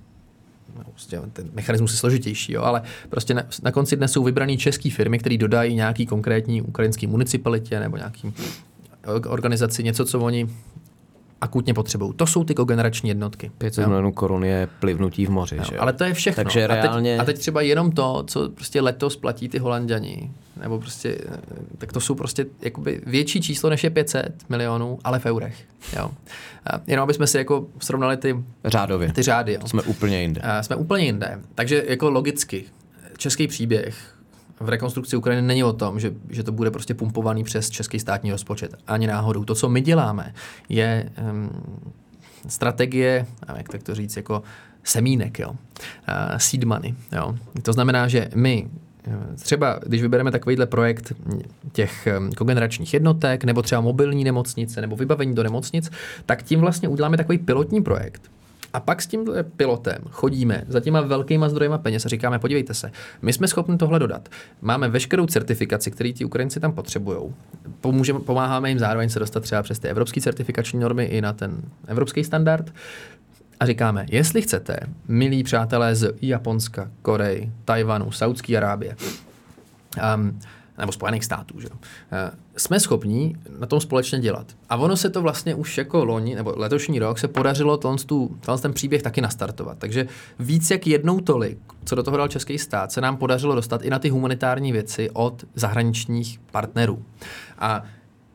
no, prostě ten mechanismus je složitější, jo, ale prostě na, na konci dne jsou vybraný české firmy, které dodají nějaký konkrétní ukrajinský municipalitě nebo nějaký organizaci něco, co oni akutně potřebují. To jsou ty kogenerační jednotky. pět set milionů korun je plivnutí v moři. Jo, že jo? Ale to je všechno. Takže reálně... a, teď, a teď třeba jenom to, co prostě letos platí ty Holanďani, nebo prostě, tak to jsou prostě jakoby větší číslo, než je pět set milionů, ale v eurech. Jo. A jenom abychom si jako srovnali ty... Řádově. Ty řády. Jo. Jsme úplně jinde. A jsme úplně jinde. Takže jako logicky, český příběh v rekonstrukci Ukrajiny není o tom, že, že to bude prostě pumpovaný přes český státní rozpočet. Ani náhodou. To, co my děláme, je um, strategie, jak tak to říct, jako semínek, jo. Uh, seed money, jo. To znamená, že my třeba, když vybereme takovýhle projekt těch kogeneračních jednotek, nebo třeba mobilní nemocnice, nebo vybavení do nemocnic, tak tím vlastně uděláme takový pilotní projekt. A pak s tímhle pilotem chodíme za těma velkýma zdrojema peněz a říkáme, podívejte se, my jsme schopni tohle dodat. Máme veškerou certifikaci, který ti Ukrajinci tam potřebujou. Pomůžeme, pomáháme jim zároveň se dostat třeba přes ty evropské certifikační normy i na ten evropský standard. A říkáme, jestli chcete, milí přátelé z Japonska, Koreji, Tajvanu, Saudské Arábie, um, nebo Spojených států, že? Uh, jsme schopní na tom společně dělat. A ono se to vlastně už jako loni, nebo letošní rok se podařilo tenhle ten příběh taky nastartovat. Takže víc jak jednou tolik, co do toho dal český stát, se nám podařilo dostat i na ty humanitární věci od zahraničních partnerů. A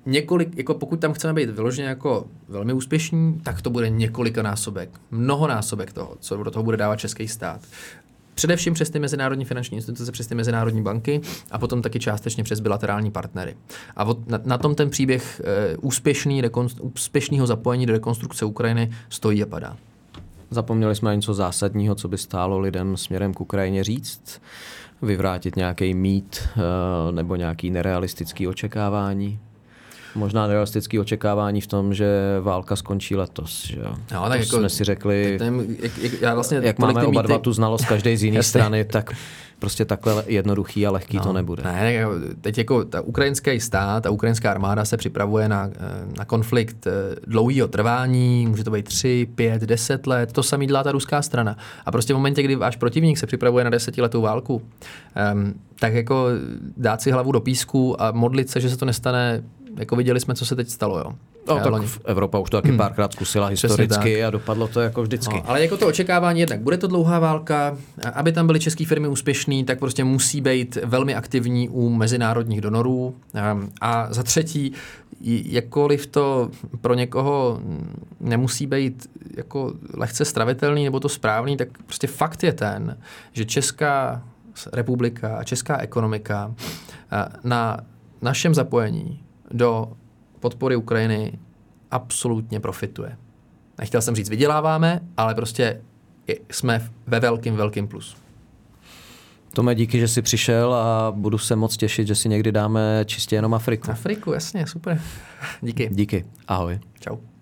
několik, jako pokud tam chceme být vyloženě jako velmi úspěšní, tak to bude několikanásobek, mnohonásobek toho, co do toho bude dávat český stát. Především přes ty mezinárodní finanční instituce, přes ty mezinárodní banky a potom taky částečně přes bilaterální partnery. A od, na, na tom ten příběh e, úspěšný, úspěšného zapojení do rekonstrukce Ukrajiny stojí a padá. Zapomněli jsme na něco zásadního, co by stálo lidem směrem k Ukrajině říct? Vyvrátit nějaký mýt e, nebo nějaký nerealistický očekávání? Možná nerealistické očekávání v tom, že válka skončí letos. Že jo? No, tak jako, jsme si řekli, ten, jak, jak, já vlastně jak máme oba mýty... dva tu znalost každý z jiné strany, tak prostě takhle jednoduchý a lehký no, to nebude. Ne, teď jako ta ukrajinský stát a ukrajinská armáda se připravuje na, na konflikt dlouhého trvání, může to být tři, pět, deset let, to samý dělá ta ruská strana. A prostě v momentě, kdy váš protivník se připravuje na desetiletou válku, um, tak jako dát si hlavu do písku a modlit se, že se to nestane. Jako viděli jsme, co se teď stalo, jo. No, tak Evropa už to taky párkrát zkusila historicky a dopadlo to jako vždycky. No, ale jako to očekávání jednak, bude to dlouhá válka, aby tam byly české firmy úspěšný, tak prostě musí být velmi aktivní u mezinárodních donorů. A za třetí, jakkoliv to pro někoho nemusí být jako lehce stravitelný nebo to správný, tak prostě fakt je ten, že Česká republika a česká ekonomika na našem zapojení do podpory Ukrajiny absolutně profituje. Nechtěl jsem říct vyděláváme, ale prostě jsme ve velkým, velkým plus. Tome, díky, že jsi přišel a budu se moc těšit, že si někdy dáme čistě jenom Afriku. Afriku, jasně, super. Díky. Díky, ahoj. Čau.